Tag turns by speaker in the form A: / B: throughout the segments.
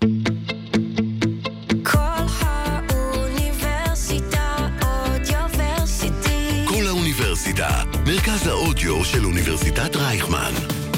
A: כל האוניברסיטה, מרכז האודיו של אוניברסיטת רייכמן.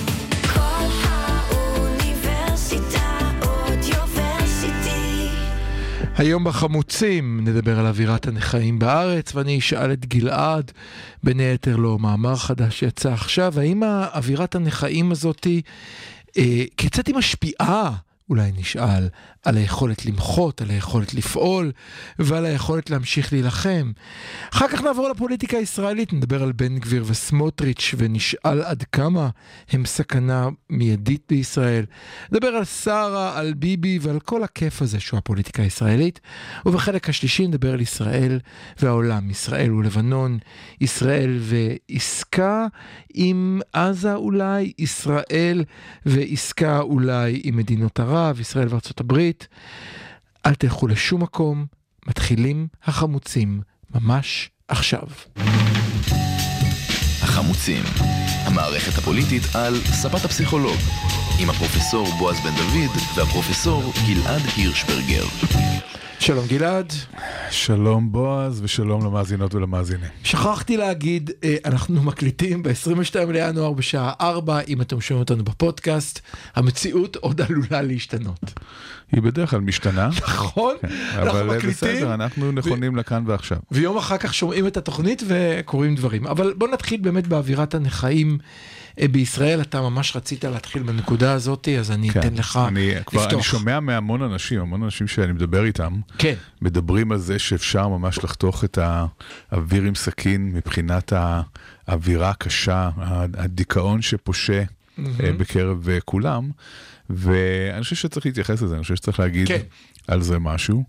B: היום בחמוצים נדבר על אווירת הנכאים בארץ, ואני אשאל את גלעד, בין היתר לו מאמר חדש שיצא עכשיו, האם האווירת הנכאים הזאת, כיצד היא משפיעה, אולי נשאל, על היכולת למחות, על היכולת לפעול, ועל היכולת להמשיך להילחם. אחר כך נעבור לפוליטיקה הישראלית, נדבר על בן גביר וסמוטריץ' ונשאל עד כמה הם סכנה מיידית בישראל. נדבר על שרה, על ביבי ועל כל הכיף הזה שהוא הפוליטיקה הישראלית. ובחלק השלישי נדבר על ישראל והעולם, ישראל ולבנון, ישראל ועסקה עם עזה אולי, ישראל ועסקה אולי עם מדינות ערב, ישראל וארצות הברית. אל תלכו לשום מקום, מתחילים החמוצים ממש עכשיו.
C: החמוצים, המערכת הפוליטית על ספת הפסיכולוג, עם הפרופסור בועז בן דוד והפרופסור גלעד הירשברגר.
B: שלום גלעד.
D: שלום בועז ושלום למאזינות ולמאזינים.
B: שכחתי להגיד, אנחנו מקליטים ב-22 לינואר בשעה 4, אם אתם שומעים אותנו בפודקאסט, המציאות עוד עלולה להשתנות.
D: היא בדרך כלל משתנה.
B: נכון,
D: אבל בסדר, אנחנו נכונים לכאן ועכשיו.
B: ויום אחר כך שומעים את התוכנית וקוראים דברים. אבל בוא נתחיל באמת באווירת הנכאים בישראל. אתה ממש רצית להתחיל בנקודה הזאת, אז אני אתן לך לפתוח.
D: אני שומע מהמון אנשים שאני מדבר איתם, מדברים על זה שאפשר ממש לחתוך את האוויר עם סכין מבחינת האווירה הקשה, הדיכאון שפושה בקרב כולם, ואני חושב שצריך להתייחס לזה, אני חושב שצריך להגיד על זה משהו.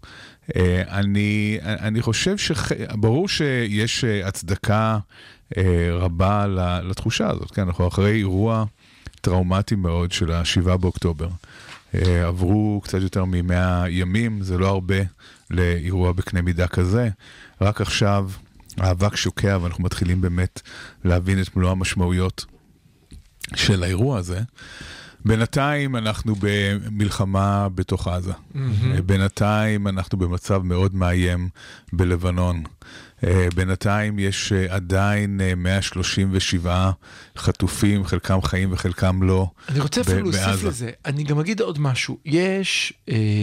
D: אני חושב ברור שיש הצדקה רבה לתחושה הזאת, כן, אנחנו אחרי אירוע טראומטי מאוד של ה-7 באוקטובר. עברו קצת יותר מ100 ימים, זה לא הרבה לאירוע בקנה מידה כזה. רק עכשיו האבק שוקע ואנחנו מתחילים באמת להבין את מלוא המשמעויות של האירוע הזה. בינתיים אנחנו במלחמה בתוך עזה. בינתיים אנחנו במצב מאוד מאיים בלבנון. בינתיים יש עדיין 137 חטופים, חלקם חיים וחלקם לא.
B: אני רוצה אפילו להוסיף לזה. אני גם אגיד עוד משהו. יש,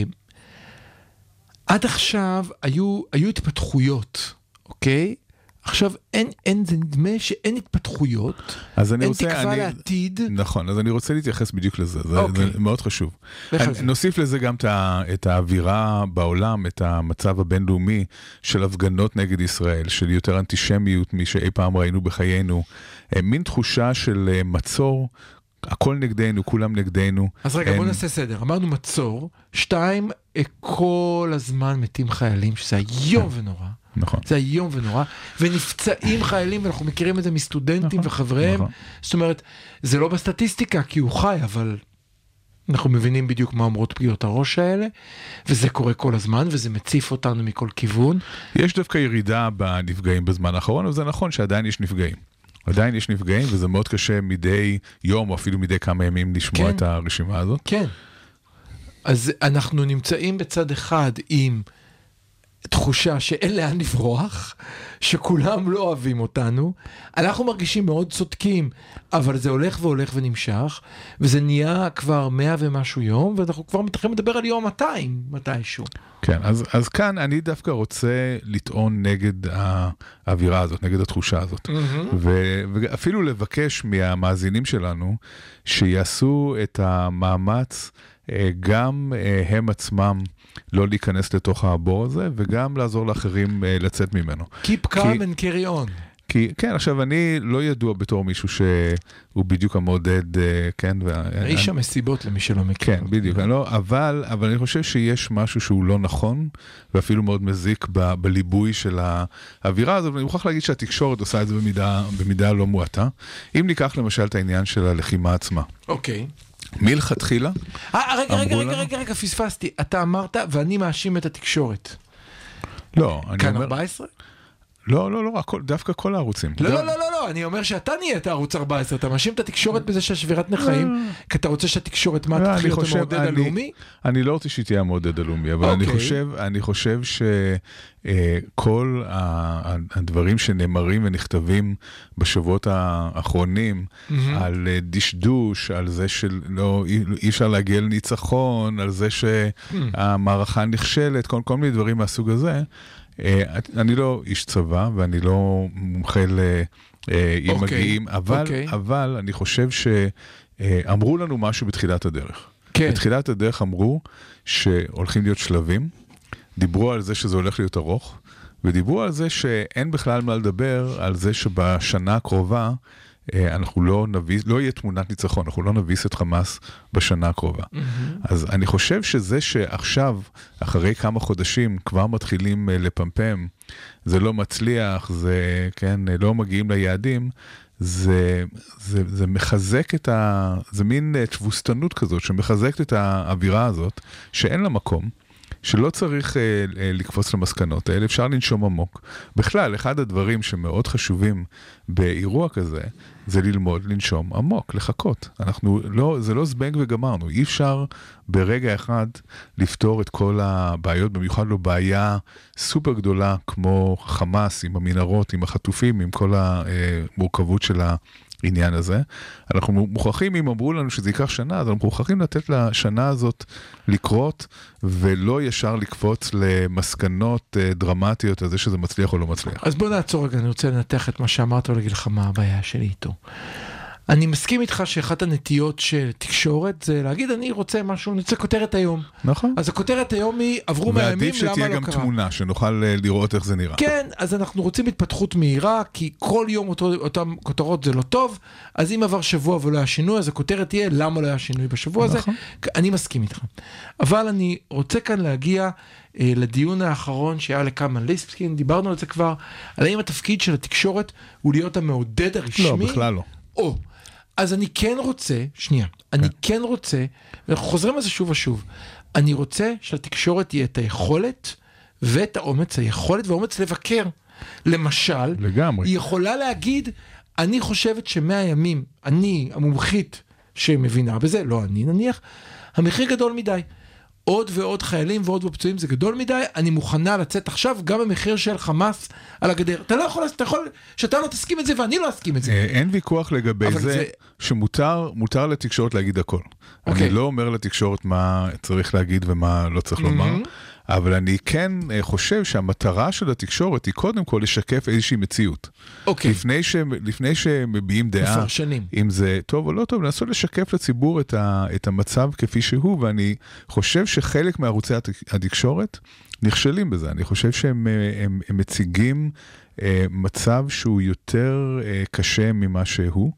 B: עד עכשיו היו התפתחויות, אוקיי? עכשיו, זה נדמה שאין התפתחויות, אין תקווה לעתיד.
D: נכון, אז אני רוצה להתייחס בדיוק לזה, זה מאוד חשוב. נוסיף לזה גם את האווירה בעולם, את המצב הבינלאומי של הפגנות נגד ישראל, של יותר אנטישמיות משאי פעם ראינו בחיינו, מין תחושה של מצור, הכל נגדנו, כולם נגדנו.
B: אז רגע, בוא נעשה סדר. אמרנו מצור, 2, כל הזמן מתים חיילים, שזה איום ונורא.
D: נכון.
B: זה איום ונורא, ונפצעים חיילים, ואנחנו מכירים את זה מסטודנטים וחבריהם. זאת אומרת, זה לא בסטטיסטיקה, כי הוא חי, אבל אנחנו מבינים בדיוק מה אומרות פגיעות הראש האלה, וזה קורה כל הזמן, וזה מציף אותנו מכל כיוון.
D: יש דווקא ירידה בנפגעים בזמן האחרון, אבל זה נכון שעדיין יש נפגעים. עדיין יש נפגעים, וזה מאוד קשה מדי יום, או אפילו מדי כמה ימים לשמוע את הרשימה הזאת.
B: כן. אז אנחנו נמצאים בצד אחד עם תחושה שאין לאן לברוח, שכולם לא אוהבים אותנו, אנחנו מרגישים מאוד צודקים, אבל זה הולך והולך ונמשך, וזה נהיה כבר 100 ומשהו יום, ואנחנו כבר מתחילים לדבר על יום 200, מתישהו.
D: כן, אז כאן אני דווקא רוצה לטעון נגד האווירה הזאת, נגד התחושה הזאת, ואפילו לבקש מהמאזינים שלנו, שיעשו את המאמץ, גם הם עצמם לא להיכנס לתוך הבור הזה, וגם לעזור לאחרים לצאת ממנו.
B: Keep calm and carry on.
D: כן, עכשיו אני לא ידוע בתור מישהו שהוא בדיוק המודד, כן.
B: איש המסיבות למי שלא מכיר.
D: כן, בדיוק, אבל אני חושב שיש משהו שהוא לא נכון, ואפילו מאוד מזיק בליבוי של האווירה הזאת, ואני מוכרח להגיד שהתקשורת עושה את זה במידה לא מועטה. אם ניקח למשל את העניין של הלחימה עצמה.
B: אוקיי.
D: מלכתחילה?
B: רגע, פספסתי. אתה אמרת, ואני מאשים את התקשורת.
D: לא, אני אומר...
B: כאן 14?
D: לא, דווקא כל הערוצים.
B: לא, אני אומר שאתה נהיית ערוץ 14, אתה מאשים את התקשורת בזה שהשבירת נחיים, כי אתה רוצה שהתקשורת מה תתחיל להיות המעודד הלאומי?
D: אני לא רוצה שהיא תהיה המעודד הלאומי, אבל אני חושב שכל הדברים שנאמרים ונכתבים בשבועות האחרונים, על דשדוש, על זה שאי אפשר להגיע לניצחון, על זה שהמערכה נכשלת, כל מיני דברים מהסוג הזה, אני לא איש צבא, ואני לא מומחה אם מגיעים, אבל אני חושב שאמרו לנו משהו בתחילת הדרך. בתחילת הדרך אמרו שהולכים להיות שלבים, דיברו על זה שזה הולך להיות ארוך, ודיברו על זה שאין בכלל מה לדבר על זה שבשנה הקרובה אנחנו לא יהיה תמונת ניצחון, אנחנו לא נביס את חמאס בשנה הקרובה. אז אני חושב שזה שעכשיו, אחרי כמה חודשים, כבר מתחילים לפמפם, זה לא מצליח, זה, כן, לא מגיעים ליעדים, זה מחזק זה מין תבוסתנות כזאת, שמחזקת את האווירה הזאת, שאין לה מקום, שלא צריך לקפוץ למסקנות האלה, אפשר לנשום עמוק. בכלל, אחד הדברים שמאוד חשובים באירוע כזה, זה ללמוד, לנשום עמוק, לחכות. זה לא זבנג וגמרנו. אי אפשר ברגע אחד לפתור את כל הבעיות, במיוחד לא בעיה סופר גדולה, כמו חמאס, עם המנהרות, עם החטופים, עם כל המורכבות של העניין הזה. אנחנו מוכרחים, אם אמרו לנו שזה ייקח שנה, אז אנחנו מוכרחים לתת לשנה הזאת לקרות, ולא ישר לקפוץ למסקנות דרמטיות על זה שזה מצליח או לא מצליח.
B: אז בוא נעצור רגע, אני רוצה לנתח את מה שאמרת ולהגיד לך מה הבעיה שלי איתו. אני מסכים איתך שאחת הנטיות של תקשורת זה להגיד אני רוצה משהו, אני רוצה כותרת היום.
D: נכון.
B: אז הכותרת היום היא עברו מהימים, למה לא קרה?
D: ועדיף שתהיה גם תמונה, שנוכל לראות איך זה נראה.
B: כן, אז אנחנו רוצים התפתחות מהירה, כי כל יום אותם כותרות זה לא טוב, אז אם עבר שבוע ולא היה שינוי, אז הכותרת תהיה למה לא היה שינוי בשבוע הזה. אני מסכים איתך. אבל אני רוצה כאן להגיע לדיון האחרון שהיה לקמן ליספקין, דיברנו על זה כבר, על האם התפקיד של התקשורת הוא להיות המעודד הרשמי?
D: לא, בכלל לא.
B: אז אני כן רוצה, אני כן רוצה, ואנחנו חוזרים על זה שוב ושוב, אני רוצה שהתקשורת תהיה את היכולת ואת האומץ, היכולת והאומץ לבקר. למשל,
D: לגמרי.
B: היא יכולה להגיד, אני חושבת ש100 ימים, אני המומחית שמבינה בזה, לא אני נניח, המחיר גדול מדי. עוד ועוד חיילים ועוד פצועים זה גדול מדי, אני מוכנה לצאת עכשיו גם המחיר של חמאס על הגדר. אתה לא יכול, שאתה לא תסכים את זה ואני לא אסכים את זה.
D: אין ויכוח לגבי זה שמותר לתקשורת להגיד הכל. אני לא אומר לתקשורת מה צריך להגיד ומה לא צריך לומר, אבל אני כן חושב שהמטרה של התקשורת היא קודם כל לשקף איזושהי מציאות. לפני שמביעים דעה, אם זה טוב או לא טוב, לנסות לשקף לציבור את המצב כפי שהוא, ואני חושב שחלק מערוצי התקשורת נכשלים בזה. אני חושב שהם מציגים מצב שהוא יותר קשה ממה שהוא,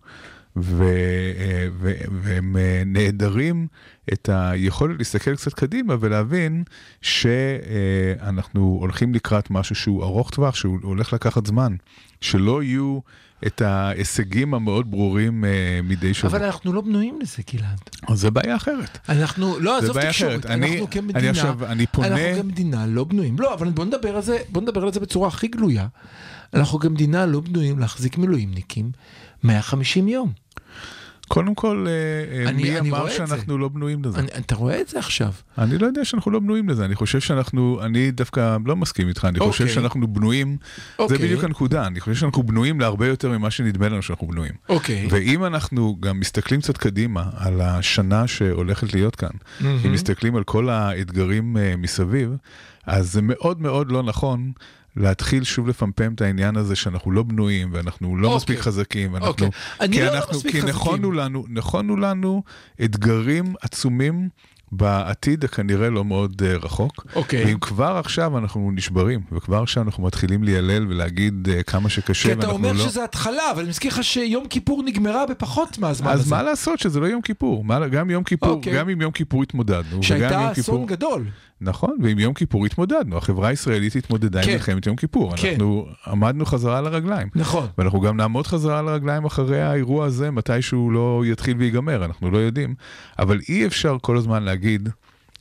D: והם נעדרים את היכולת להסתכל קצת קדימה ולהבין שאנחנו הולכים לקראת משהו שהוא ארוך טווח, שהוא הולך לקחת זמן, שלא יהיו את ההישגים המאוד ברורים מדי שבוע.
B: אבל אנחנו לא בנויים לזה, גלעד.
D: אז זה בעיה אחרת.
B: אנחנו, לא, עזוב תקשורת, אנחנו כמדינה לא בנויים. לא, אבל בוא נדבר על זה בצורה הכי גלויה. אנחנו כמדינה לא בנויים להחזיק מילואימניקים 150 יום.
D: קודם כל, מי אמר שאנחנו לא בנויים לזה?
B: אתה רואה את זה עכשיו?
D: אני לא יודע שאנחנו לא בנויים לזה, אני חושב אני דווקא לא מסכים איתך, אני חושב שאנחנו בנויים, זה בדיוק הנקודה, אני חושב שאנחנו בנויים להרבה יותר ממה שנדמה לנו שאנחנו בנויים. ואם אנחנו גם מסתכלים קצת קדימה על השנה שהולכת להיות כאן, אם מסתכלים על כל האתגרים מסביב, אז זה מאוד מאוד לא נכון להתחיל שוב לפמפם את העניין הזה שאנחנו לא בנויים, ואנחנו לא מספיק חזקים, כי נכונו לנו אתגרים עצומים בעתיד הכנראה לא מאוד רחוק, ואם כבר עכשיו אנחנו נשברים, וכבר עכשיו אנחנו מתחילים להילל ולהגיד כמה שקשה,
B: כי אתה אומר שזה התחלה, אבל אני מזכיר לך שיום כיפור נגמרה בפחות מהזמן הזה.
D: אז מה לעשות שזה לא יום כיפור? גם עם יום כיפור התמודדנו.
B: שהייתה אסון גדול.
D: נכון, ועם יום כיפור התמודדנו, החברה הישראלית התמודדה עם מלחמת יום כיפור, אנחנו עמדנו חזרה על הרגליים,
B: נכון.
D: ואנחנו גם נעמוד חזרה על הרגליים אחרי האירוע הזה, מתי שהוא לא יתחיל ויגמר, אנחנו לא יודעים, אבל אי אפשר כל הזמן להגיד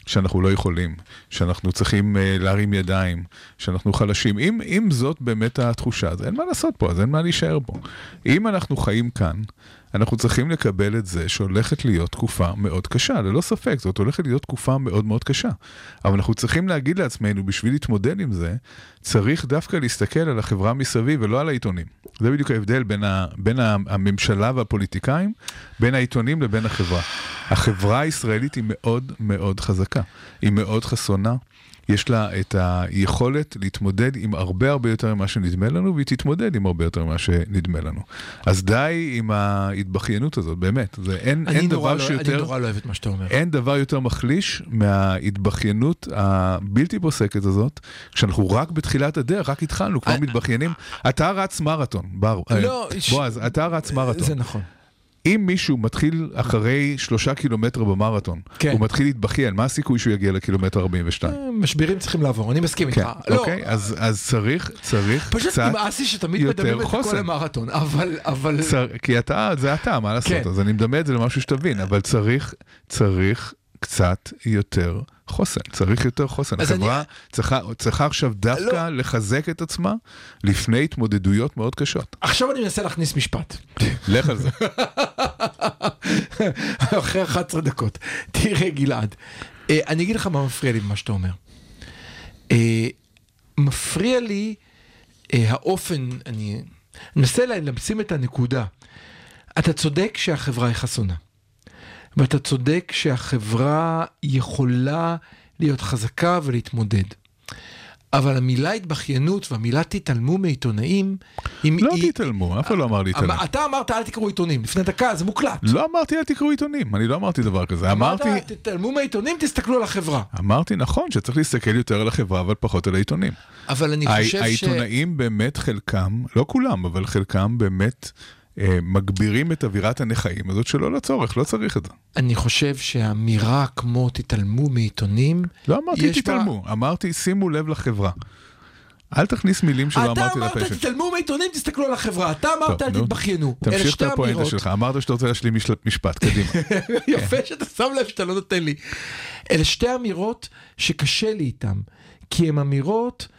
D: שאנחנו לא יכולים, שאנחנו צריכים להרים ידיים, שאנחנו חלשים. אם זאת באמת התחושה, אז אין מה לעשות פה, אז אין מה להישאר פה. אם אנחנו חיים כאן, אנחנו צריכים לקבל את זה שהולכת להיות תקופה מאוד קשה, ללא ספק, זאת הולכת להיות תקופה מאוד מאוד קשה. אבל אנחנו צריכים להגיד לעצמנו, בשביל להתמודד עם זה, צריך דווקא להסתכל על החברה מסביב ולא על העיתונים. זה בדיוק ההבדל בין הממשלה והפוליטיקאים, בין העיתונים לבין החברה. החברה הישראלית היא מאוד מאוד חזקה, היא מאוד חסונה, יש לה את היכולת להתמודד עם הרבה הרבה יותר ממה שנדמה לנו, והיא תתמודד עם הרבה יותר ממה שנדמה לנו. אז די עם ההתבחיינות הזאת, באמת. אין דבר שיותר...
B: אני נורא לא אוהב את מה שאתה אומר.
D: אין דבר יותר מחליש מההתבחיינות הבלתי פוסקת הזאת, כשאנחנו רק בתחילת הדרך, רק התחלנו, כבר מתבחיינים. אתה רץ מרתון, בועז, אתה רץ מרתון.
B: זה נכון.
D: אם מישהו מתחיל אחרי 3 קילומטר במרתון, הוא מתחיל להתבחיין, מה הסיכוי שהוא יגיע לקילומטר 42?
B: משברים צריכים לעבור, אני מסכים איתך.
D: אוקיי, אז צריך
B: פשוט נמאס לי שתמיד מדמים את כל המרתון, אבל...
D: כי זה אתה, מה לעשות? אז אני מדמה את זה למשהו שתבין, אבל צריך קצת יותר חוסן, צריך יותר חוסן. החברה צריכה עכשיו דווקא לחזק את עצמה לפני התמודדויות מאוד קשות.
B: עכשיו אני מנסה להכניס משפט.
D: לך על זה.
B: אחרי 11 דקות. תראה גלעד, אני אגיד לך מה מפריע לי במה שאתה אומר. מפריע לי האופן, אני מנסה לשים את הנקודה. אתה צודק שהחברה היא חסונה. ואתה צודק שהחברה יכולה להיות חזקה ולהתמודד. אבל המילה התבחיינות והמילה תתעלמו מעיתונאים...
D: לא תתעלמו, אף אחד לא אמר להתעלם.
B: אתה אמרת אל תקראו עיתונים, לפני דקה, זה מוקלט.
D: לא אמרתי אל תקראו עיתונים, אני לא אמרתי דבר כזה.
B: אמרת תתעלמו מעיתונים, תסתכלו על החברה.
D: אמרתי נכון שצריך להסתכל יותר על החברה, אבל פחות על העיתונים.
B: אבל אני חושב
D: העיתונאים באמת חלקם, לא כולם, אבל חלקם באמת... מגבירים את אווירת הנכאים הזאת שלא לצורך, לא צריך את זה.
B: אני חושב שהאמירה כמו תתעלמו מעיתונים...
D: לא אמרתי תתעלמו, אמרתי שימו לב לחברה. אל תכניס מילים שלא אמרתי לפה.
B: אתה אמרת תתעלמו מעיתונים, תסתכלו על החברה. אתה אמרת אל תתבחיינו.
D: תמשיך את הפואנטה שלך, אמרת שאתה רוצה להשלים משפט, קדימה.
B: יפה שאתה שם לב שאתה לא נותן לי. אלה שתי אמירות שקשה לי איתן, כי הן אמירות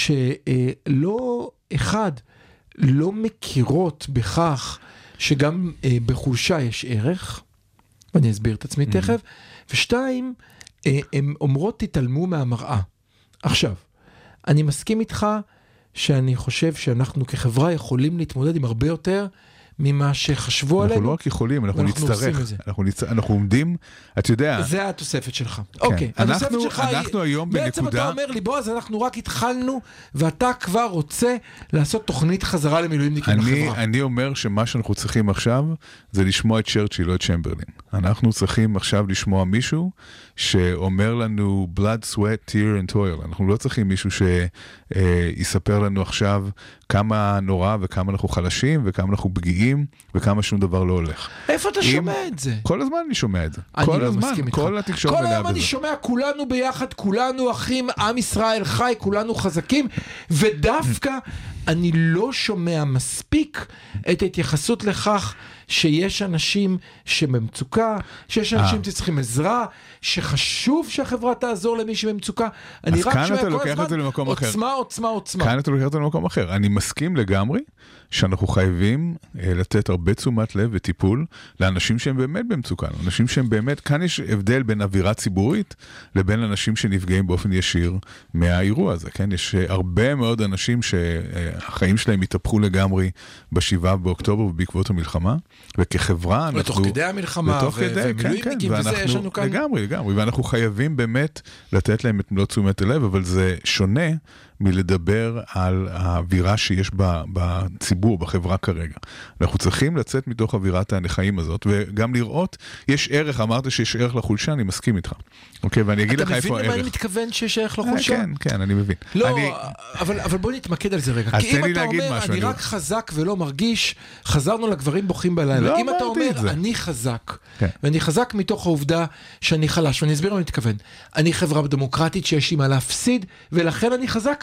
B: שלא אחד... לא מכירות בכך שגם בחולשה יש ערך, ואני אסביר את עצמי תכף, ושתיים, הן אומרות תתעלמו מהמראה. עכשיו, אני מסכים איתך שאני חושב שאנחנו כחברה יכולים להתמודד עם הרבה יותר ממה שחשבו עלינו.
D: אנחנו לא רק יכולים, אנחנו נצטרך. אנחנו עומדים, אתה יודע...
B: זה התוספת שלך. אוקיי, התוספת שלך היא... בעצם אתה אומר לי, בוא, אז אנחנו רק התחלנו, ואתה כבר רוצה לעשות תוכנית חזרה למילואימניקים בחברה.
D: אני אומר שמה שאנחנו צריכים עכשיו, זה לשמוע את צ'רצ'יל, לא את צ'מברלין. אנחנו צריכים עכשיו לשמוע מישהו שאומר לנו blood, sweat, tear and toil. אנחנו לא צריכים מישהו שיספר לנו עכשיו כמה נורא וכמה אנחנו חלשים וכמה אנחנו פגיעים וכמה שום דבר לא הולך.
B: איפה אתה שומע את זה?
D: כל הזמן אני שומע את זה.
B: אני
D: כל
B: לא
D: הזמן,
B: מסכים איתך.
D: כל התקשורת מלאה בזה.
B: כל היום אני שומע כולנו ביחד, כולנו אחים, עם ישראל חי, כולנו חזקים, ודווקא אני לא שומע מספיק את ההתייחסות לכך שיש אנשים שבמצוקה, שיש אנשים שצריכים עזרה, שחשוב שהחברה תעזור למי שבמצוקה. אני רק שומע כל הזמן עוצמה, עוצמה, עוצמה.
D: כאן אתה לוקח את זה למקום אחר. אני מסכים לגמרי שאנחנו חייבים לתת הרבה תשומת לב וטיפול לאנשים שהם באמת במצוקה. אנשים שהם באמת, כאן יש הבדל בין אווירה ציבורית לבין אנשים שנפגעים באופן ישיר מהאירוע הזה. כן? יש הרבה מאוד אנשים שהחיים שלהם התהפכו לגמרי ב7 באוקטובר ובעקבות המלחמה. וכחברה אנחנו...
B: לתוך כדי המלחמה ומילואימניקים וזה יש לנו כאן...
D: לגמרי, ואנחנו חייבים באמת לתת להם את מלוא תשומת הלב, אבל זה שונה מלדבר על האווירה שיש בציבור, בחברה כרגע. אנחנו צריכים לצאת מתוך אווירת הנכאים הזאת, וגם לראות, יש ערך, אמרת שיש ערך לחולשה, אני מסכים איתך. אוקיי, ואני אגיד לך איפה הערך.
B: אתה מבין למה אני מתכוון שיש ערך לחולשה?
D: כן, אני מבין.
B: לא, אבל בוא נתמקד על זה רגע. כי אם אתה אומר, אני רק חזק ולא מרגיש, חזרנו לגברים בוכים בלילה. אם אתה אומר, אני חזק, ואני חזק מתוך העובדה שאני חלש, ואני אסביר מה אני מתכוון. אני חברה דמוקרטית שיש לי מה להפסיד, ולכן אני חזק,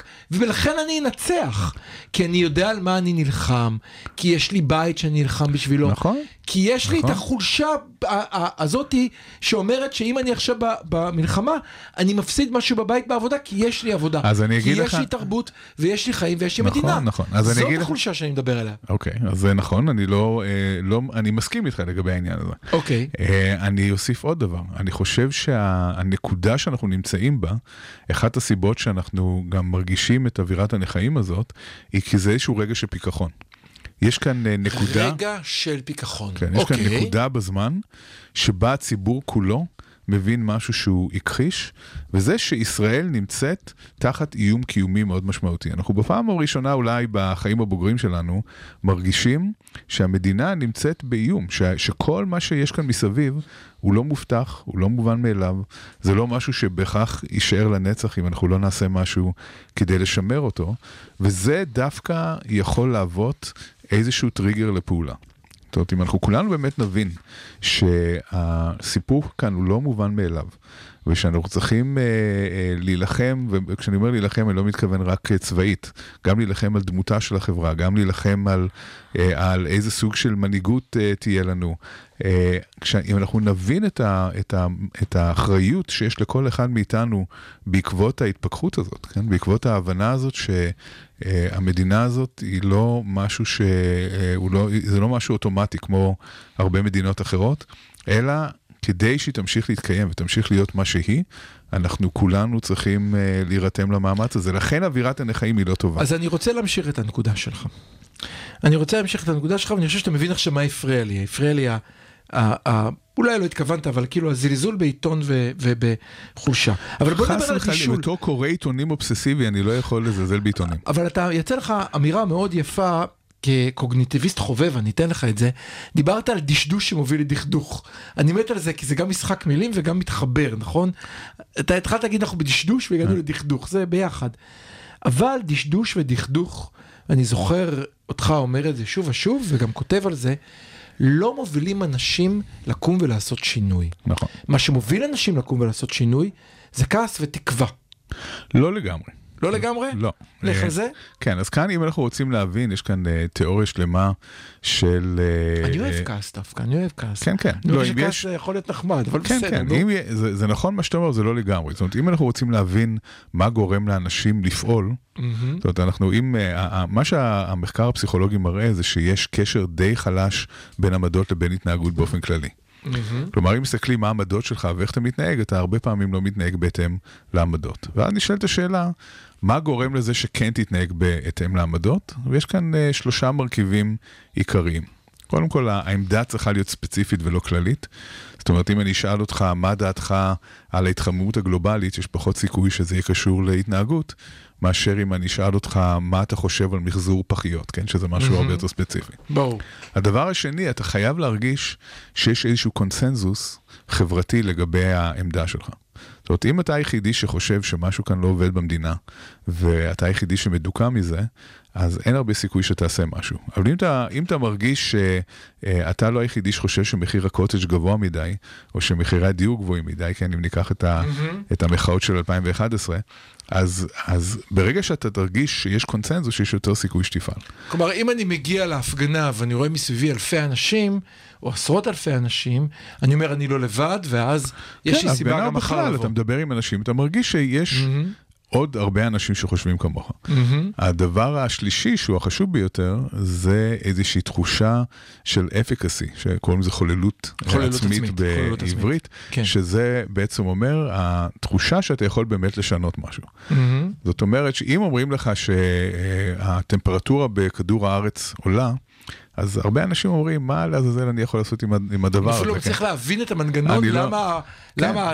B: ולכן אני אנצח, כי אני יודע על מה אני נלחם, כי יש לי בית שאני נלחם בשבילו,
D: נכון.
B: כי יש לי את החולשה הזאת שאומרת שאם אני עכשיו במלחמה, אני מפסיד משהו בבית בעבודה, כי יש לי עבודה, כי יש לי תרבות, ויש לי חיים, ויש לי מדינה.
D: נכון.
B: זאת החולשה שאני מדבר עליה.
D: אוקיי, אז זה נכון, אני מסכים איתך לגבי העניין הזה.
B: אוקיי.
D: אני אוסיף עוד דבר, אני חושב שהנקודה שאנחנו נמצאים בה, אחת הסיבות שאנחנו גם מרגישים את אווירת הנכאים הזאת, היא כי זה איזשהו רגע של פיקחון. יש כאן נקודה...
B: רגע של פיקחון.
D: כן, יש כאן נקודה בזמן שבה הציבור כולו מבין משהו שהוא הכחיש, וזה שישראל נמצאת תחת איום קיומי מאוד משמעותי. אנחנו בפעם הראשונה אולי בחיים הבוגרים שלנו מרגישים שהמדינה נמצאת באיום, שכל מה שיש כאן מסביב הוא לא מובטח, הוא לא מובן מאליו, זה לא משהו שבכך יישאר לנצח אם אנחנו לא נעשה משהו כדי לשמר אותו, וזה דווקא יכול להוות איזשהו טריגר לפעולה. זאת אומרת, אם אנחנו כולנו באמת נבין שהסיפור כאן הוא לא מובן מאליו, ושאנחנו צריכים להילחם, וכשאני אומר להילחם אני לא מתכוון רק צבאית, גם להילחם על דמותה של החברה, גם להילחם על איזה סוג של מנהיגות תהיה לנו. אם אנחנו נבין את האחריות שיש לכל אחד מאיתנו בעקבות ההתפכחות הזאת, כן? בעקבות ההבנה הזאת שהמדינה הזאת היא לא משהו זה לא משהו אוטומטי כמו הרבה מדינות אחרות, אלא כדי שהיא תמשיך להתקיים ותמשיך להיות מה שהיא, אנחנו כולנו צריכים להירתם למאמץ הזה. לכן אווירת הנכאים היא לא טובה.
B: אז אני רוצה להמשיך את הנקודה שלך. ואני חושב שאתה מבין עכשיו מה הפריע לי. הפריע לי אולי לא התכוונת, אבל כאילו הזלזול בעיתון ובחולשה. אבל בוא נדבר על חישול.
D: בתור קורא עיתונים אובססיבי, אני לא יכול לזלזל בעיתונים.
B: אבל יצא לך אמירה מאוד יפה, כקוגניטיביסט חובב, אני אתן לך את זה, דיברת על דשדוש שמוביל לדכדוך. אני מת על זה, כי זה גם משחק מילים וגם מתחבר, נכון? אתה התחלת להגיד אנחנו בדשדוש והגענו לדכדוך, זה ביחד. אבל דשדוש ודכדוך, אני זוכר אותך אומר את זה שוב ושוב, וגם כותב על זה, לא מובילים אנשים לקום ולעשות שינוי.
D: נכון.
B: מה שמוביל אנשים לקום ולעשות שינוי, זה כעס ותקווה.
D: לא לגמרי.
B: לא לגמרי?
D: לא.
B: לך על זה?
D: כן, אז כאן אם אנחנו רוצים להבין, יש כאן תיאוריה שלמה של...
B: אני אוהב כעס דווקא, אני אוהב כעס.
D: כן, כן.
B: אני חושב שכעס זה יכול להיות נחמד, אבל בסדר.
D: כן, כן, זה נכון מה שאתה אומר, זה לא לגמרי. זאת אומרת, אם אנחנו רוצים להבין מה גורם לאנשים לפעול, זאת אומרת, אנחנו, מה שהמחקר הפסיכולוגי מראה זה שיש קשר די חלש בין עמדות לבין התנהגות באופן כללי. כלומר, אם מסתכלים מה העמדות שלך ואיך אתה מתנהג, אתה הרבה פעמים לא מתנהג בהתאם לעמדות. ואז נשאלת השאלה, מה גורם לזה שכן תתנהג בהתאם לעמדות? ויש כאן 3 מרכיבים עיקריים. קודם כל, העמדה צריכה להיות ספציפית ולא כללית. זאת אומרת, אם אני אשאל אותך מה דעתך על ההתחממות הגלובלית, יש פחות סיכוי שזה יהיה קשור להתנהגות, מאשר אם אני אשאל אותך מה אתה חושב על מחזור פחיות, כן? שזה משהו הרבה יותר ספציפי.
B: ברור.
D: הדבר השני, אתה חייב להרגיש שיש איזשהו קונסנזוס חברתי לגבי העמדה שלך. זאת אומרת, אם אתה היחידי שחושב שמשהו כאן לא עובד במדינה, ואתה היחידי שמדוקה מזה, אז אין הרבה סיכוי שתעשה משהו. אבל אם אתה מרגיש שאתה לא היחידי שחושב שמחיר הקוטג' גבוה מדי, או שמחירי הדיור גבוהים מדי, כן, אם ניקח את המחאות של 2011, אז ברגע שאתה תרגיש שיש קונצנזוס, שיש יותר סיכוי שתפעל.
B: כלומר, אם אני מגיע להפגנה ואני רואה מסביבי אלפי אנשים, או עשרות אלפי אנשים, אני אומר, אני לא לבד, ואז יש לי סיבה גם מחר לבוא.
D: אתה מדבר עם אנשים, אתה מרגיש שיש עוד הרבה אנשים שחושבים כמוך. הדבר השלישי, שהוא החשוב ביותר, זה איזושהי תחושה של אפיקסי, שקוראים לזה חוללות עצמית בעברית, שזה בעצם אומר, התחושה שאתה יכול באמת לשנות משהו. זאת אומרת, שאם אומרים לך שהטמפרטורה בכדור הארץ עולה, אז הרבה אנשים אומרים, מה לעזאזל אני יכול לעשות עם הדבר הזה?
B: אפילו צריך להבין את המנגנון, למה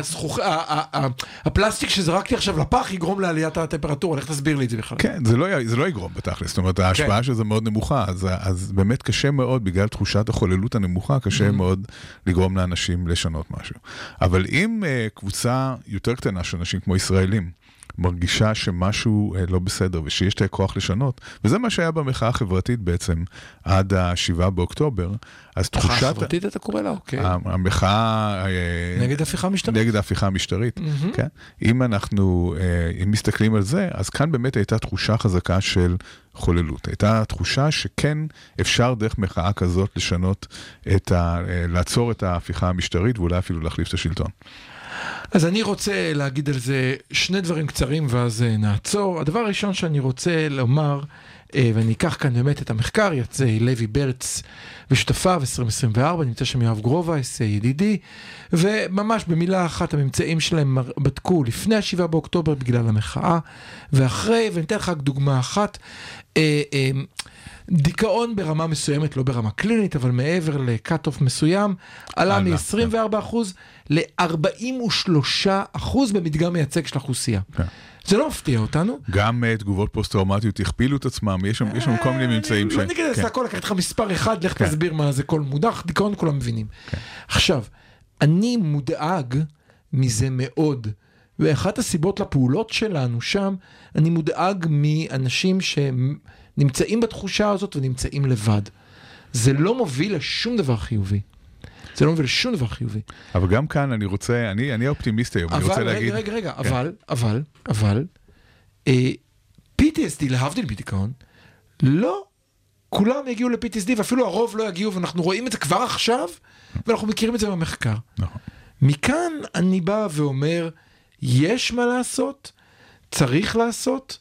B: הפלסטיק שזרקתי עכשיו לפח יגרום לעליית הטמפרטורה, איך תסביר לי את זה בכלל?
D: כן, זה לא יגרום בתכלס, זאת אומרת, ההשפעה של זה מאוד נמוכה, אז באמת קשה מאוד, בגלל תחושת החוללות הנמוכה, קשה מאוד לגרום לאנשים לשנות משהו. אבל אם קבוצה יותר קטנה של אנשים כמו ישראלים, מרגישה שמשהו לא בסדר, ושיש את הכוח לשנות, וזה מה שהיה במחאה החברתית בעצם, עד ה-7 באוקטובר, אז תחושת...
B: מחאה חברתית אתה קורא לה, אוקיי.
D: המחאה...
B: נגד ההפיכה המשטרית.
D: נגד ההפיכה המשטרית, כן. אם אנחנו מסתכלים על זה, אז כאן באמת הייתה תחושה חזקה של חוללות. הייתה תחושה שכן אפשר דרך מחאה כזאת לשנות לעצור את ההפיכה המשטרית, ואולי אפילו להחליף את השלטון.
B: אז אני רוצה להגיד על זה שני דברים קצרים, ואז נעצור. הדבר הראשון שאני רוצה לומר, ואני אקח כאן באמת את המחקר, יצא לוי ברץ ושותפיו, 2024, נמצא שם יואב גרובייס, ידידי, וממש במילה אחת הממצאים שלהם בדקו לפני ה-7 באוקטובר בגלל המחאה, ואחרי, וניתן לך דוגמה אחת, דיכאון ברמה מסוימת, לא ברמה קלינית, אבל מעבר לקאט-אוף מסוים, עלה מ-24% ל-43% במדגם מייצג של האוכלוסייה. זה לא מפתיע אותנו.
D: גם תגובות פוסט-טראומטיות הכפילו את עצמם, יש שם כל מיני ממצאים.
B: לא נגיד את הכל, לקחת לך מספר אחד, לך תסביר מה זה כל מודח, דיכאון כולם מבינים. עכשיו, אני מודאג מזה מאוד, ואחת הסיבות לפעולות שלנו שם, אני מודאג מאנשים שנמצאים בתחושה הזאת ונמצאים לבד. זה לא מוביל לשום דבר חיובי. זה לא מוביל לשום דבר חיובי.
D: אבל גם כאן אני רוצה, אני אופטימיסט היום, אני רוצה להגיד...
B: רגע, אבל, PTSD להבדיל בדיכאון, לא כולם יגיעו ל-PTSD, ואפילו הרוב לא יגיעו, ואנחנו רואים את זה כבר עכשיו, ואנחנו מכירים את זה במחקר. מכאן אני בא ואומר, יש מה לעשות, צריך לעשות,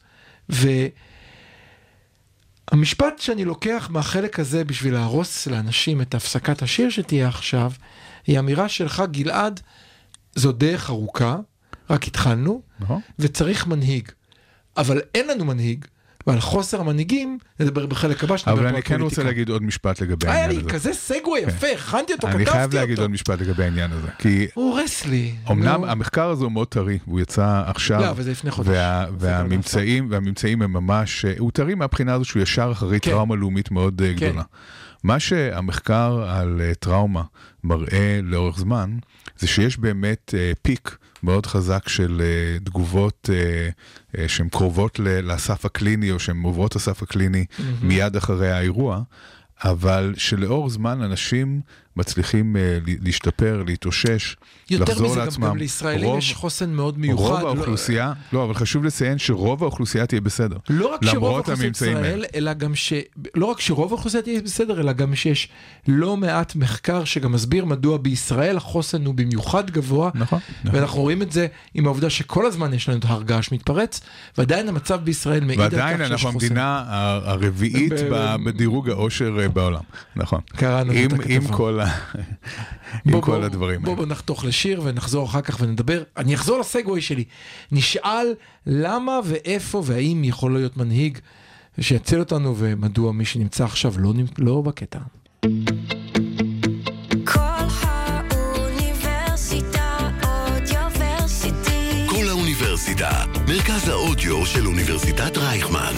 B: המשפט שאני לוקח מהחלק הזה בשביל להרוס לאנשים את הפסקת השיר שתהיה עכשיו, היא אמירה שלך, גלעד, זו דרך ארוכה, רק התחלנו, וצריך מנהיג. אבל אין לנו מנהיג, ועל חוסר המנהיגים, נדבר בחלק הבא,
D: אבל אני כן רוצה להגיד עוד משפט לגבי העניין הזה.
B: היה לי כזה סגווי יפה, הכנתי אותו, כתבתי
D: אני
B: אותו.
D: חייב להגיד עוד משפט לגבי העניין הזה.
B: הוא הורס לי.
D: אמנם המחקר הזה הוא מאוד טרי, הוא יצא עכשיו.
B: לא, אבל זה לפני חודש.
D: והממצאים הם ממש, הוא טרי מהבחינה הזו שהוא ישר אחרי טראומה לאומית מאוד גדולה. מה שהמחקר על טראומה מראה לאורך זמן, זה שיש באמת פיק מאוד חזק של תגובות שהן קרובות לסף הקליני, או שהן עוברות הסף הקליני מיד אחרי האירוע, אבל שלאור זמן אנשים מצליחים להשתפר, להתאושש, לחזור לעצמם.
B: יותר מזה, גם לישראלים יש חוסן מאוד מיוחד.
D: רוב האוכלוסייה, לא, אבל חשוב לציין שרוב האוכלוסייה תהיה בסדר.
B: לא רק שרוב האוכלוסייה ישראל, אלא גם לא רק שרוב האוכלוסייה תהיה בסדר, אלא גם שיש לא מעט מחקר שגם מסביר מדוע בישראל החוסן הוא במיוחד גבוה, ואנחנו רואים את זה עם העובדה שכל הזמן יש לנו את הרגש מתפרץ, ועדיין המצב בישראל מעיד על כך שיש חוסן.
D: ועדיין אנחנו המדינה הרביעית בדירוג העושר בעולם. נכון. עם כל הדברים.
B: בואו נחתוך לשיר ונחזור אחר כך ונדבר. אני אחזור לסגווי שלי. נשאל למה ואיפה והאם יכול להיות מנהיג שיציל אותנו, ומדוע מי שנמצא עכשיו לא בקטע.
A: כל האוניברסיטה, מרכז האודיו של אוניברסיטת רייכמן.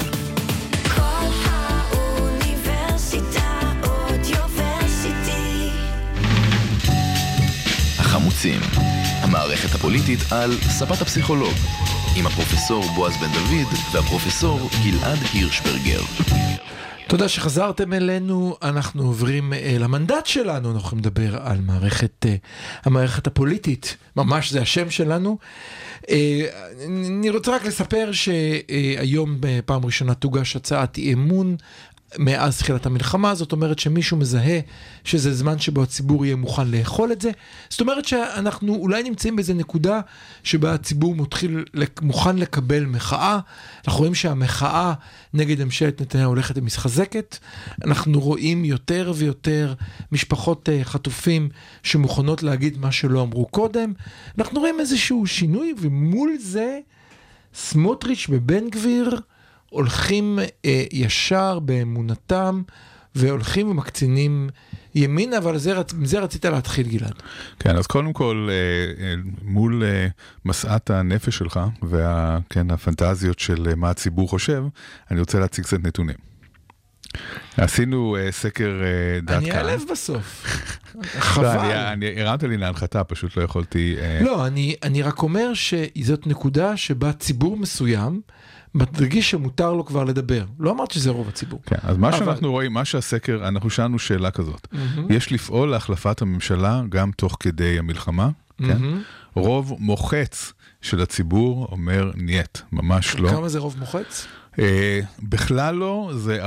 C: החמוצים, המערכת הפוליטית על ספת הפסיכולוג, עם הפרופסור בועז בן דוד והפרופסור גלעד הירשברגר.
B: תודה שחזרתם אלינו, אנחנו עוברים למנדט שלנו, אנחנו מדבר על המערכת הפוליטית, ממש זה השם שלנו. אני רוצה רק לספר שהיום בפעם ראשונה תוגש הצעת אי אמון, מאז תחילת המלחמה, זאת אומרת שמישהו מזהה שזה זמן שבו הציבור יהיה מוכן לאכול את זה. זאת אומרת שאנחנו אולי נמצאים באיזה נקודה שבה הציבור מוכן לקבל מחאה. אנחנו רואים שהמחאה נגד ממשלת נתניהו הולכת ומתחזקת. אנחנו רואים יותר ויותר משפחות חטופים שמוכנות להגיד מה שלא אמרו קודם. אנחנו רואים איזשהו שינוי, ומול זה סמוטריץ' ובן גביר הולכים ישר באמונתם, והולכים ומקצינים ימין, אבל זה רצית להתחיל, גלעד.
D: כן, אז קודם כל, מול מסעת הנפש שלך, והפנטזיות של מה הציבור חושב, אני רוצה להציג קצת נתונים. עשינו סקר דעת
B: אני
D: קהל.
B: אעלב בסוף. חבל.
D: הרמת לי להנחתה, פשוט לא יכולתי...
B: לא, אני רק אומר שזאת נקודה שבה ציבור מסוים מרגיש שמותר לו כבר לדבר. לא אמרת שזה רוב הציבור.
D: כן, אז מה שאנחנו רואים, מה שהסקר, אנחנו שאלנו שאלה כזאת. יש לפעול להחלפת הממשלה גם תוך כדי המלחמה, כן? רוב מוחץ של הציבור אומר נייט, ממש לא.
B: כמה זה רוב מוחץ?
D: בכלל לא, זה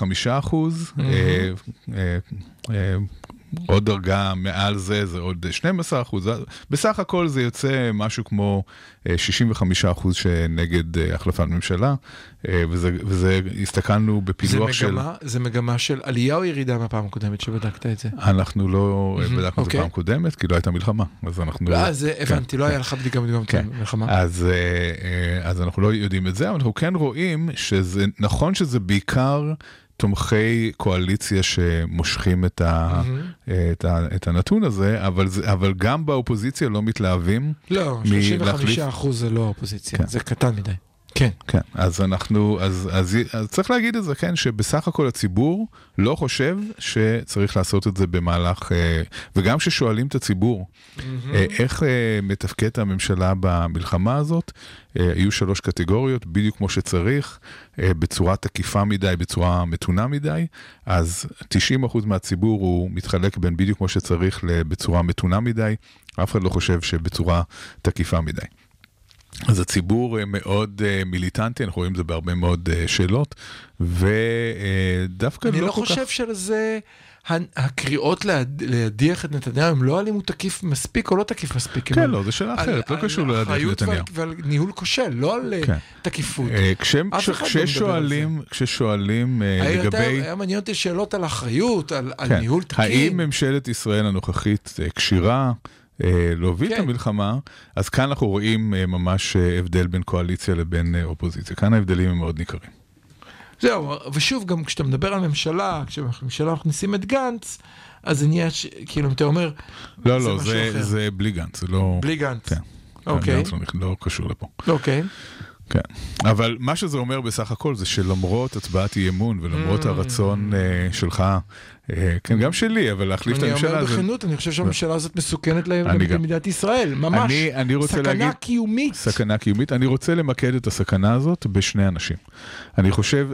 D: 45%, עוד דרגה מעל זה, זה עוד 12%, בסך הכל זה יוצא משהו כמו 65% שנגד החלפת ממשלה, וזה הסתכלנו בפילוח של...
B: זה מגמה של עלייה או ירידה מהפעם הקודמת שבדקת את זה?
D: אנחנו לא בדקנו את הפעם הקודמת, כי לא הייתה מלחמה, אז אנחנו...
B: אז הבנתי, לא היה לך בדיקה מדגם מלחמה.
D: אז אנחנו לא יודעים את זה, אבל אנחנו כן רואים שזה נכון שזה בעיקר... תומכי קואליציה שמושכים את הנתון הזה, אבל גם באופוזיציה לא מתלהבים.
B: לא, 35% זה לא אופוזיציה, זה קטן מדי. כן.
D: כן, אז צריך להגיד את זה, כן, שבסך הכל הציבור לא חושב שצריך לעשות את זה במהלך, וגם ששואלים את הציבור, איך מתפקדת הממשלה במלחמה הזאת, היו 3 קטגוריות, בדיוק כמו שצריך, בצורה תקיפה מדי, בצורה מתונה מדי, אז 90% מהציבור הוא מתחלק בין בדיוק כמו שצריך בצורה מתונה מדי, אף אחד לא חושב שבצורה תקיפה מדי. אז הציבור מאוד מיליטנטי, אנחנו רואים את זה בהרבה מאוד שאלות, ודווקא
B: אני
D: לא
B: לא
D: כל כך...
B: חושב שלזה, הקריאות להדיח את נתניהו, הם לא אלימות תקיף מספיק או לא תקיף מספיק.
D: כן, לא, זה שאלה אחרת, לא קשור להדיח את נתניהו.
B: ועל ניהול כושל, לא על תקיפות.
D: כששואלים לגבי...
B: היה מעניין אותי שאלות על אחריות, על ניהול תקין.
D: האם ממשלת ישראל הנוכחית קשירה, להוביל את המלחמה, אז כאן אנחנו רואים ממש הבדל בין קואליציה לבין אופוזיציה. כאן ההבדלים הם מאוד ניכרים.
B: זהו, ושוב, גם כשאתה מדבר על ממשלה, כשבממשלה מכניסים את גנץ, אז זה נהיה, כאילו, אם אתה אומר,
D: לא, זה בלי גנץ, זה לא...
B: בלי גנץ.
D: כן.
B: אוקיי.
D: גנץ לא קשור לפה.
B: אוקיי.
D: כן. אבל מה שזה אומר בסך הכל זה שלמרות הצבעת אי אמון ולמרות הרצון שלך, כן, גם שלי, אבל להחליף את הממשלה הזאת.
B: אני אומר בכנות, אני חושב שהממשלה הזאת מסוכנת למדינת ישראל, ממש. סכנה קיומית.
D: סכנה קיומית. אני רוצה למקד את הסכנה הזאת בשני אנשים. אני חושב,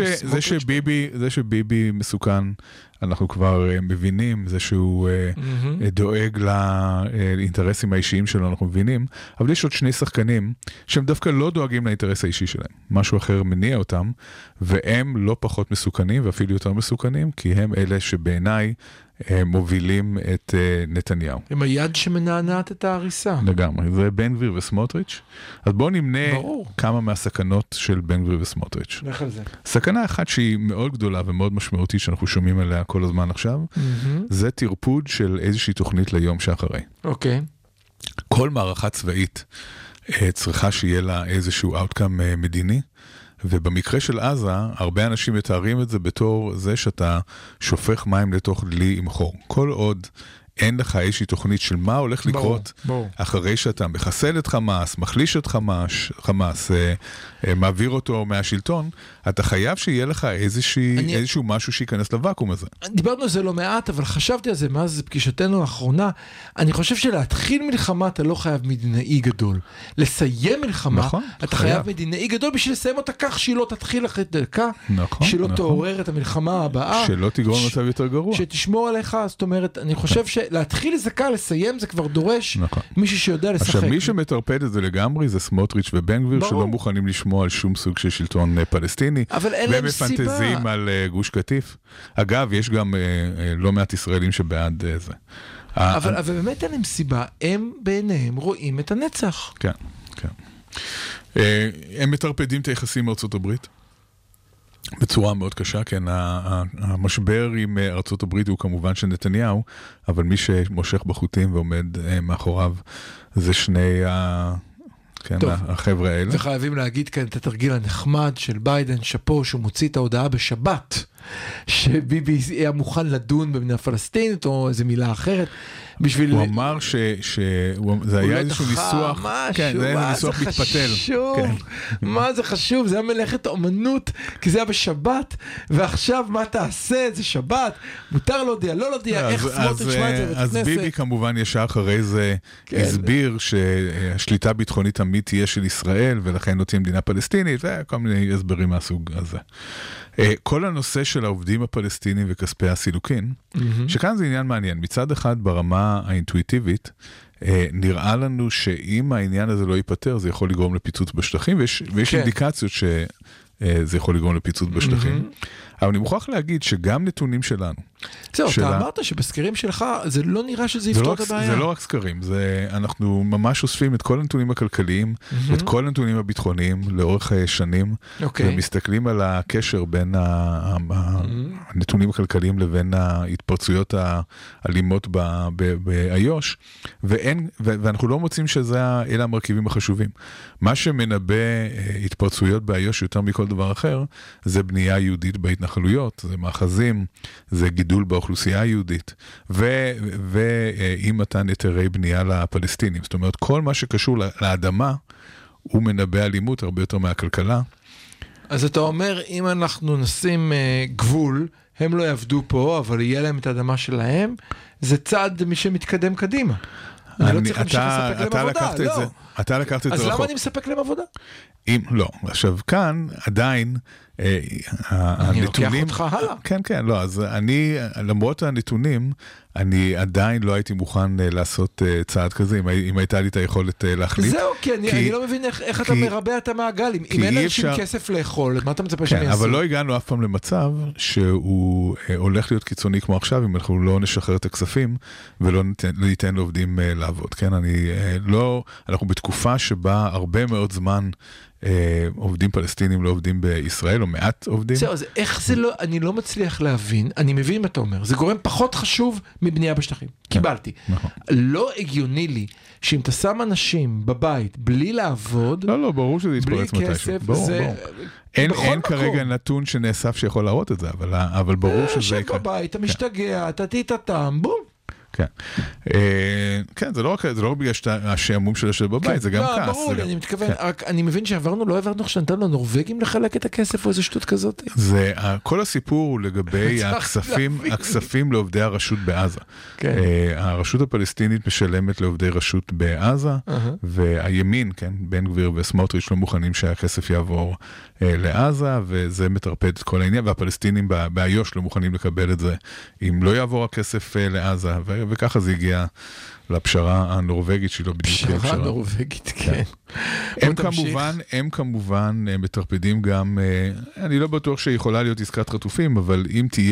D: זה שביבי מסוכן, אנחנו כבר מבינים, זה שהוא דואג לאינטרסים האישיים שלו, אנחנו מבינים, אבל יש עוד 2 שחקנים שהם דווקא לא דואגים לאינטרס האישי שלהם. משהו אחר מניע אותם, והם לא פחות מסוכנים, ואפילו יותר מסוכנים, כי הם אלה שבעיניי מובילים את נתניהו.
B: עם היד שמנענעת את ההריסה.
D: לגמרי, זה בן גביר וסמוטריץ'. אז בואו נמנה כמה מהסכנות של בן גביר וסמוטריץ'.
B: לך על זה.
D: סכנה אחת שהיא מאוד גדולה ומאוד משמעותית שאנחנו שומעים עליה כל הזמן עכשיו, זה תרפוד של איזושהי תוכנית ליום שאחרי.
B: אוקיי.
D: כל מערכה צבאית צריכה שיהיה לה איזשהו outcome מדיני, ובמקרה של עזה, הרבה אנשים מתארים את זה בתור זה שאתה שופך מים לתוך דלי עם חור. כל עוד אין לך איזושהי תוכנית של מה הולך לקרות אחרי שאתה מחסל את חמאס, מחליש את חמאס, מעביר אותו מהשלטון, אתה חייב שיהיה לך איזשהו משהו שיכנס לוואקום הזה.
B: דיברנו על זה לא מעט, אבל חשבתי על זה מאז פגישתנו האחרונה. אני חושב שלהתחיל מלחמה אתה לא חייב מדינאי גדול. לסיים מלחמה, אתה חייב מדינאי גדול בשביל לסיים אותה כך שהיא לא תתחיל אחרי דקה, שהיא לא תעורר את המלחמה הבאה.
D: שלא תגרום מצב יותר גרוע.
B: שתשמור עליך, זאת אומרת, אני חושב להתחיל לזכה, לסיים, זה כבר דורש מישהו שיודע לשחק.
D: עכשיו, מי שמטרפד את זה לגמרי זה סמוטריץ' ובן גביר, שלא מוכנים לשמוע על שום סוג של שלטון פלסטיני.
B: אבל אין להם סיבה.
D: והם מפנטזים על גוש קטיף. אגב, יש גם לא מעט ישראלים שבעד זה.
B: אבל באמת אין להם סיבה. הם בעיניהם רואים את הנצח.
D: כן, כן. הם מטרפדים את היחסים מארצות הברית. בצורה מאוד קשה, כן, המשבר עם ארצות הברית הוא כמובן של נתניהו, אבל מי שמושך בחוטים ועומד מאחוריו זה שני החבר'ה האלה.
B: וחייבים להגיד כאן את התרגיל הנחמד של ביידן, שפו, שהוא מוציא את ההודעה בשבת, שביבי היה מוכן לדון במדינה פלסטינית או איזו מילה אחרת. בשביל...
D: הוא אמר שזה היה איזשהו ניסוח, כן, זה היה ניסוח מתפתל.
B: מה זה חשוב? זה היה מלאכת אומנות, כי זה היה בשבת, ועכשיו מה תעשה? זה שבת, מותר להודיע, לא להודיע, איך סמוטריץ' שמע את זה בבית כנסת.
D: אז ביבי כמובן ישר אחרי זה הסביר שהשליטה הביטחונית תמיד תהיה של ישראל, ולכן לא תהיה מדינה פלסטינית, וכל מיני הסברים מהסוג הזה. כל הנושא של העובדים הפלסטינים וכספי הסילוקין, שכאן זה עניין מעניין. מצד אחד ברמה האינטואיטיבית, נראה לנו שאם העניין הזה לא ייפטר, זה יכול לגרום לפיצוץ בשטחים, ויש אינדיקציות שזה יכול לגרום לפיצוץ בשטחים. אבל אני מוכרח להגיד שגם נתונים שלנו.
B: זהו, אתה אמרת שבסקרים שלך זה לא נראה שזה יפתור את הבעיה.
D: זה לא רק סקרים, אנחנו ממש אוספים את כל הנתונים הכלכליים, את כל הנתונים הביטחוניים לאורך שנים, ומסתכלים על הקשר בין הנתונים הכלכליים לבין ההתפרצויות האלימות באיו"ש, ואנחנו לא מוצאים שאלה המרכיבים החשובים. מה שמנבא התפרצויות באיו"ש יותר מכל דבר אחר, זה בנייה יהודית בהתנחלויות, זה מאחזים, זה גידול באוכלוסייה היהודית, ועם מתן היתרי בנייה לפלסטינים. זאת אומרת, כל מה שקשור לאדמה, הוא מנבא אלימות הרבה יותר מהכלכלה.
B: אז אתה אומר, אם אנחנו נשים גבול, הם לא יעבדו פה, אבל יהיה להם את האדמה שלהם, זה צעד מי שמתקדם קדימה. אני לא צריך להמשיך לספק להם עבודה, לא.
D: אתה לקחת את זה
B: אז
D: רחוק.
B: למה אני מספק להם עבודה?
D: לא, עכשיו כאן עדיין
B: אני לוקח אותך הלאה.
D: כן, כן, לא, אז אני, למרות הנתונים, אני עדיין לא הייתי מוכן לעשות צעד כזה, אם הייתה לי את היכולת להחליט.
B: זהו, כי אני לא מבין איך אתה מרבע את המעגל, אם אין אנשים כסף לאכול, מה אתה מצפה שאני אעשו?
D: אבל לא הגענו אף פעם למצב שהוא הולך להיות קיצוני כמו עכשיו, אם אנחנו לא נשחרר את הכספים, ולא ניתן לעובדים לעבוד, כן? אנחנו בתקופה שבה הרבה מאוד זמן עובדים פלסטינים לא עובדים בישראל, או מעט עובדים.
B: זהו, אז איך זה לא, אני לא מצליח להבין, אני מבין מה אתה אומר, זה גורם פחות חשוב מבנייה בשטחים. קיבלתי. לא הגיוני לי, שאם אתה שם אנשים בבית בלי לעבוד,
D: לא, ברור שזה יתפרץ מתישהו.
B: בלי כסף, זה...
D: אין כרגע נתון שנאסף שיכול להראות את זה, אבל ברור שזה יקרה.
B: שב בבית, אתה משתגע, אתה תתתם, בום.
D: כן. כן, זה לא רק בגלל השעמום של השב בבית, זה גם כעס.
B: ברור, אני מתכוון, אני מבין לא העברנו שנתן לנורווגים לחלק את הכסף או איזו שטות כזאת?
D: כל הסיפור הוא לגבי הכספים לעובדי הרשות בעזה. הרשות הפלסטינית משלמת לעובדי רשות בעזה, והימין, בן גביר וסמוטריץ' לא מוכנים שהכסף יעבור לעזה, וזה מטרפד את כל העניין, והפלסטינים באיו"ש לא מוכנים לקבל את זה, אם לא יעבור הכסף לעזה, וככה זה הגיע לפשרה הנורווגית שלו בדיוק.
B: פשרה הנורווגית, כן.
D: הם כמובן מטרפדים גם, אני לא בטוח שיכולה להיות עסקת חטופים, אבל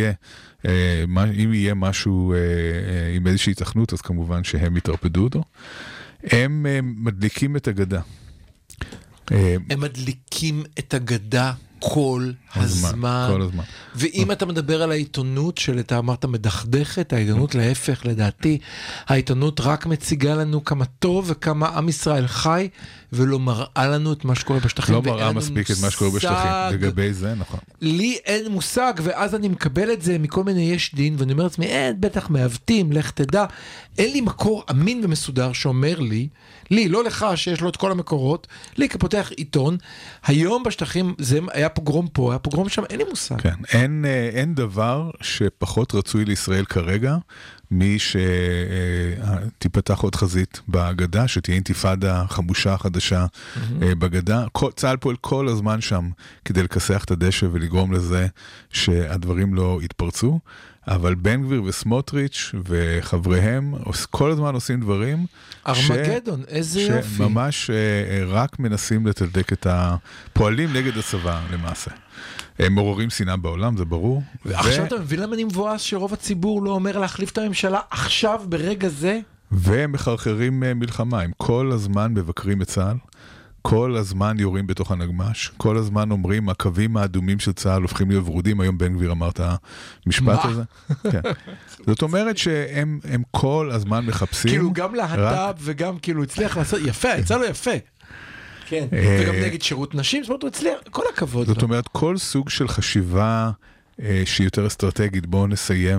D: אם יהיה משהו עם איזושהי תכנות, אז כמובן שהם יטרפדו אותו. הם מדליקים את הגדה.
B: הם מדליקים את הגדה כל הזמן.
D: כל הזמן.
B: ואם אתה מדבר על העיתונות אתה אמרת מדכדכת, העיתונות להפך, לדעתי, העיתונות רק מציגה לנו כמה טוב וכמה עם ישראל חי, ולא מראה לנו את מה שקורה בשטחים.
D: לא מראה מספיק את מה שקורה בשטחים, לגבי זה, נכון.
B: לי אין מושג, ואז אני מקבל את זה מכל מיני יש דין, ואני אומר לעצמי, בטח מעוותים, לך תדע. אין לי מקור אמין ומסודר שאומר לי, לא לך שיש לו את כל המקורות, לי כפותח עיתון, היום בשטחים, זה היה פוגרום פה, היה פוגרום שם, אין לי מושג.
D: כן, אין דבר שפחות רצוי לישראל כרגע, מי שתיפתח עוד חזית בגדה, שתהיה אינתיפאדה חמושה חדשה בגדה. צה"ל פועל כל הזמן שם כדי לכסח את הדשא ולגרום לזה שהדברים לא יתפרצו, אבל בן גביר וסמוטריץ' וחבריהם כל הזמן עושים דברים
B: ארמגדון, איזה יופי.
D: שממש רק מנסים לתדלק את הפועלים נגד הצבא למעשה. הם מעוררים שנאה בעולם, זה ברור.
B: ועכשיו אתה מבין למה אני מבואס שרוב הציבור לא אומר להחליף את הממשלה עכשיו, ברגע זה?
D: והם מחרחרים מלחמה, הם כל הזמן מבקרים את צה"ל, כל הזמן יורים בתוך הנגמש, כל הזמן אומרים, הקווים האדומים של צה"ל הופכים להיות ורודים, היום בן גביר אמר את המשפט הזה. כן. זאת אומרת שהם כל הזמן מחפשים...
B: כאילו גם להט"ב וגם כאילו הצליח לעשות, יפה, יצא לו יפה. כן, וגם נגד שירות נשים, זאת אומרת, הוא הצליח, כל הכבוד.
D: זאת אומרת, כל סוג של חשיבה שהיא יותר אסטרטגית, בואו נסיים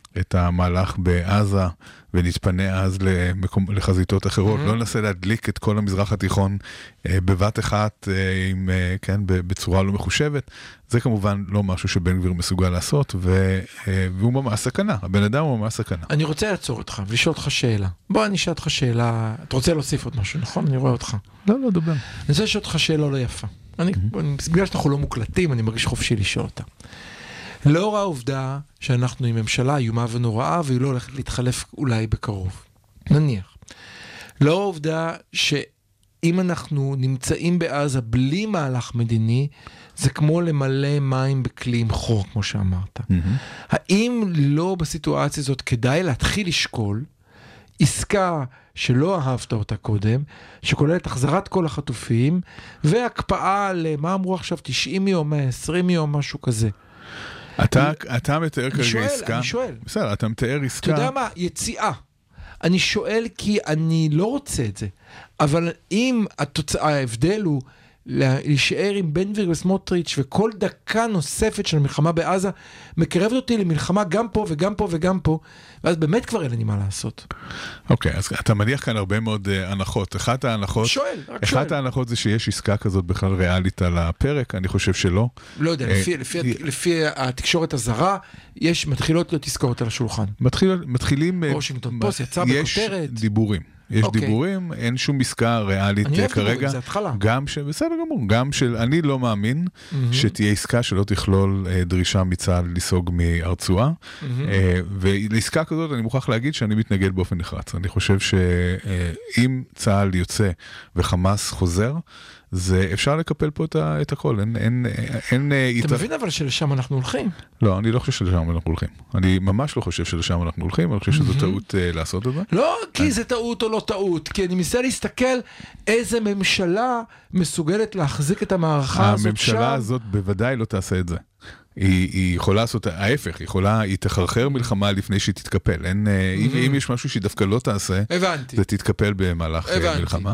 D: את המהלך בעזה ונתפנה אז לחזיתות אחרות, לא ננסה להדליק את כל המזרח התיכון בבת אחת, כן, בצורה לא מחושבת. זה כמובן לא משהו שבן גביר מסוגל לעשות, והוא ממש סכנה, הבן אדם הוא ממש סכנה. אני
B: רוצה לעצור אותך ולשאול אותך שאלה. בוא אני אשאל אותך שאלה, אתה רוצה להוסיף עוד משהו, נכון? אני רואה אותך.
D: לא, דובר.
B: אני רוצה לשאול אותך שאלה לא יפה. בגלל שאנחנו לא מוקלטים, אני מרגיש חופשי לשאול אותה. לאור העובדה שאנחנו עם ממשלה איומה ונוראה, והיא לא הולכת להתחלף אולי בקרוב. נניח. לאור העובדה שאם אנחנו נמצאים בעזה בלי מהלך מדיני, זה כמו למלא מים בכלי עם חור, כמו שאמרת. האם לא בסיטואציה הזאת כדאי להתחיל לשקול עסקה שלא אהבת אותה קודם, שכוללת החזרת כל החטופים, והקפאה למה אמרו עכשיו 90 יום, 120 יום, משהו כזה.
D: אתה מתאר כרגע עסקה?
B: אני שואל.
D: בסדר, אתה מתאר עסקה.
B: אתה יודע מה? יציאה. אני שואל כי אני לא רוצה את זה. אבל אם ההבדל הוא להישאר עם בן גביר וסמוטריץ' וכל דקה נוספת של המלחמה בעזה, מקרבת אותי למלחמה גם פה וגם פה וגם פה, ואז באמת כבר אין לי מה לעשות.
D: אוקיי, אז אתה מניח כאן הרבה מאוד הנחות. אחת ההנחות זה שיש עסקה כזאת בכלל ריאלית על הפרק, אני חושב שלא.
B: לא יודע, לפי התקשורת הזרה, מתחילות להיות עסקאות על השולחן.
D: מתחילים...
B: וושינגטון פוסט יצא בכותרת.
D: יש דיבורים. יש דיבורים, אין שום עסקה ריאלית כרגע. גם בסדר גמור, גם של, אני לא מאמין שתהיה עסקה שלא תכלול דרישה מצה"ל לסוג מהרצועה, ולעסקה כזאת אני מוכרח להגיד שאני מתנגד באופן נחרץ. אני חושב שאם צה"ל יוצא וחמאס חוזר, זה אפשר לקפל פה את הכל,
B: אתה מבין אבל שלשם אנחנו הולכים?
D: לא, אני לא חושב שלשם אנחנו הולכים. אני ממש לא חושב שלשם אנחנו הולכים, אני חושב שזו טעות לעשות את זה.
B: לא כי זה טעות או לא טעות, כי אני מנסה להסתכל איזה ממשלה מסוגלת להחזיק את המערכה הזאת שם.
D: הממשלה הזאת בוודאי לא תעשה את זה. היא יכולה לעשות ההפך, היא תחרחר מלחמה לפני שהיא תתקפל. אם יש משהו שהיא דווקא לא תעשה, זה תתקפל במהלך מלחמה.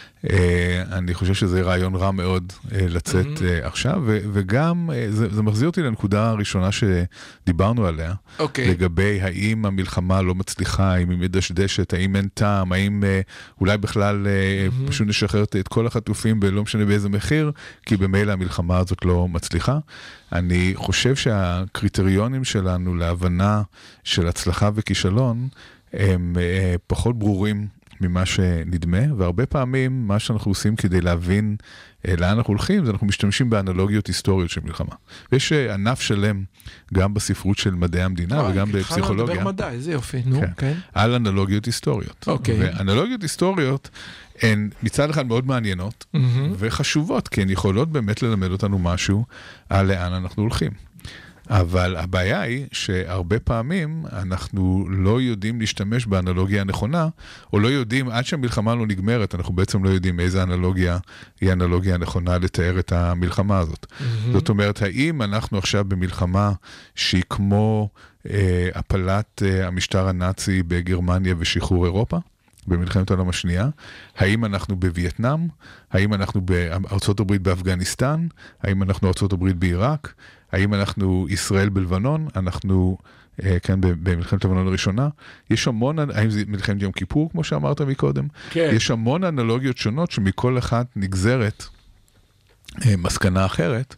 D: אני חושב שזה רעיון רע מאוד לצאת עכשיו, וגם זה מחזיר אותי לנקודה הראשונה שדיברנו עליה, לגבי האם המלחמה לא מצליחה, האם היא מדשדשת, האם אין טעם, האם אולי בכלל פשוט נשחרר את כל החטופים ולא משנה באיזה מחיר, כי במילא המלחמה הזאת לא מצליחה. אני חושב שהקריטריונים שלנו להבנה של הצלחה וכישלון הם פחות ברורים ממה שנדמה, והרבה פעמים מה שאנחנו עושים כדי להבין לאן אנחנו הולכים, זה אנחנו משתמשים באנלוגיות היסטוריות של מלחמה. ויש ענף שלם גם בספרות של מדעי המדינה וגם בפסיכולוגיה.
B: התחלנו לדבר מדע, איזה יופי, נו, כן.
D: על אנלוגיות היסטוריות. ואנלוגיות היסטוריות הן מצד אחד מאוד מעניינות וחשובות, כי הן יכולות באמת ללמד אותנו משהו על לאן אנחנו הולכים. אבל הבעיה היא שהרבה פעמים אנחנו לא יודעים להשתמש באנלוגיה הנכונה, או לא יודעים, עד שהמלחמה לא נגמרת, אנחנו בעצם לא יודעים איזה אנלוגיה היא האנלוגיה הנכונה לתאר את המלחמה הזאת. זאת אומרת, האם אנחנו עכשיו במלחמה שהיא כמו הפלת המשטר הנאצי בגרמניה ושחרור אירופה? במלחמת העולם השנייה, האם אנחנו בווייטנאם, האם אנחנו בארצות הברית באפגניסטן, האם אנחנו ארצות הברית בעיראק, האם אנחנו ישראל בלבנון, אנחנו כאן במלחמת לבנון הראשונה, יש המון, האם זה מלחמת יום כיפור, כמו שאמרת מקודם, יש המון אנלוגיות שונות שמכל אחת נגזרת מסקנה אחרת,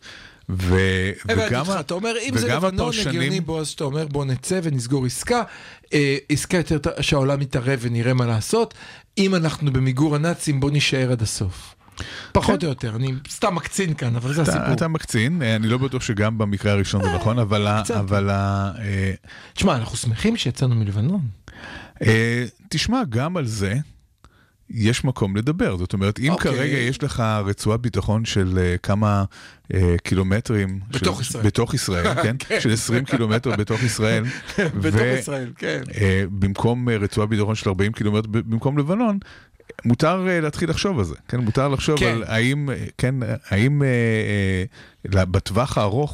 B: אתה אומר, אם זה לבנון הגיוני בו, אז אתה אומר, בוא נצא ונסגור עסקה, עסקה יותר שהעולם מתערב ונראה מה לעשות, אם אנחנו במיגור הנאצים, בוא נשאר עד הסוף. פחות או יותר, אני סתם מקצין כאן, אבל זה הסיפור.
D: אתה מקצין, אני לא בטוח שגם במקרה הראשון זה נכון, אבל...
B: תשמע, אנחנו שמחים שיצאנו מלבנון.
D: תשמע, גם על זה יש מקום לדבר. זאת אומרת, אם כרגע יש לך רצועת ביטחון של כמה קילומטרים בתוך ישראל, כן? של 20 קילומטר בתוך ישראל,
B: בתוך ישראל, כן.
D: במקום רצועת ביטחון של 40 קילומטר במקום לבנון, מותר להתחיל לחשוב על זה, כן? מותר לחשוב על האם בטווח הארוך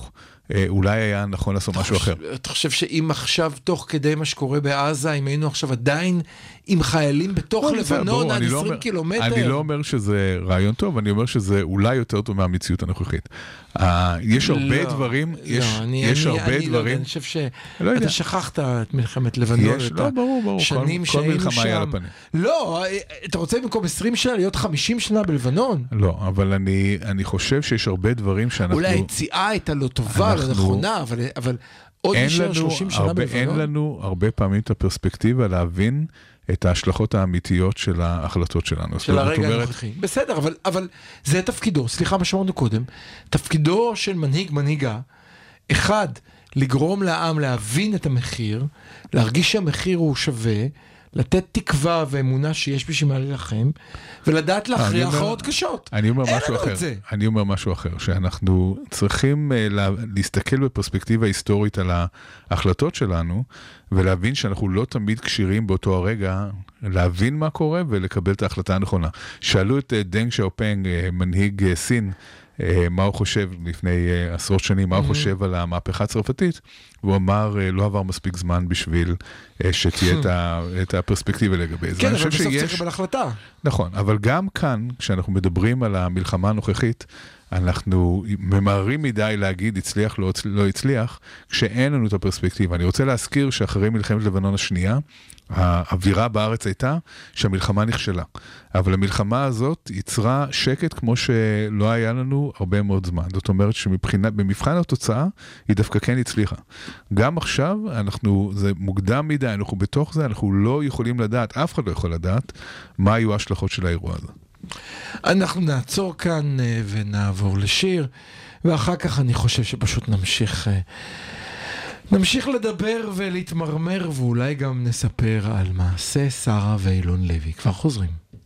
D: אולי היה נכון לעשות משהו אחר.
B: אתה חושב שאם עכשיו, תוך כדי מה שקורה בעזה, אם היינו עכשיו עדיין עם חיילים בתוך לבנון עד 20 קילומטר?
D: אני לא אומר שזה רעיון טוב, אני אומר שזה אולי יותר טוב מהמציאות הנוכחית. יש הרבה דברים, יש הרבה דברים.
B: אני חושב שאתה שכחת את מלחמת לבנון,
D: לא, ברור, כל מלחמה היה לפנים.
B: לא, אתה רוצה במקום 20 שנה להיות 50 שנה בלבנון?
D: לא, אבל אני חושב שיש הרבה דברים שאנחנו...
B: אולי היציאה הייתה לא טובה, לא נכונה, אבל עוד נשאר 30 שנה בלבנון.
D: אין לנו הרבה פעמים את הפרספקטיבה להבין את ההשלכות האמיתיות של ההחלטות שלנו.
B: של הרגע הנוכחי. בסדר, אבל זה תפקידו, סליחה מה שאמרנו קודם, תפקידו של מנהיגה, אחד, לגרום לעם להבין את המחיר, להרגיש שהמחיר הוא שווה, לתת תקווה ואמונה שיש בשביל מה להילחם, ולדעת להכריע הכרעות קשות.
D: אני אומר משהו אחר, שאנחנו צריכים להסתכל בפרספקטיבה היסטורית על ההחלטות שלנו, ולהבין שאנחנו לא תמיד קשירים באותו הרגע, להבין מה קורה ולקבל את ההחלטה הנכונה. שאלו את דנג שאופנג, מנהיג סין, מה הוא חושב לפני עשרות שנים, מה הוא חושב על המהפכה הצרפתית, והוא אמר, לא עבר מספיק זמן בשביל שתהיה את הפרספקטיבה לגבי זה.
B: כן, אבל בסוף צריך לקבל החלטה.
D: נכון, אבל גם כאן, כשאנחנו מדברים על המלחמה הנוכחית, אנחנו ממהרים מדי להגיד הצליח, לא הצליח, כשאין לנו את הפרספקטיבה. אני רוצה להזכיר שאחרי מלחמת לבנון השנייה, האווירה בארץ הייתה שהמלחמה נכשלה. אבל המלחמה הזאת יצרה שקט כמו שלא היה לנו הרבה מאוד זמן. זאת אומרת שבמבחן התוצאה היא דווקא כן הצליחה. גם עכשיו זה מוקדם מדי, אנחנו בתוך זה, אנחנו לא יכולים לדעת, אף אחד לא יכול לדעת, מה היו ההשלכות של האירוע הזה.
B: אנחנו נעצור כאן ונעבור לשיר, ואחר כך אני חושב שפשוט נמשיך לדבר ולהתמרמר, ואולי גם נספר על מעשה שרה ואילון לוי. כבר חוזרים.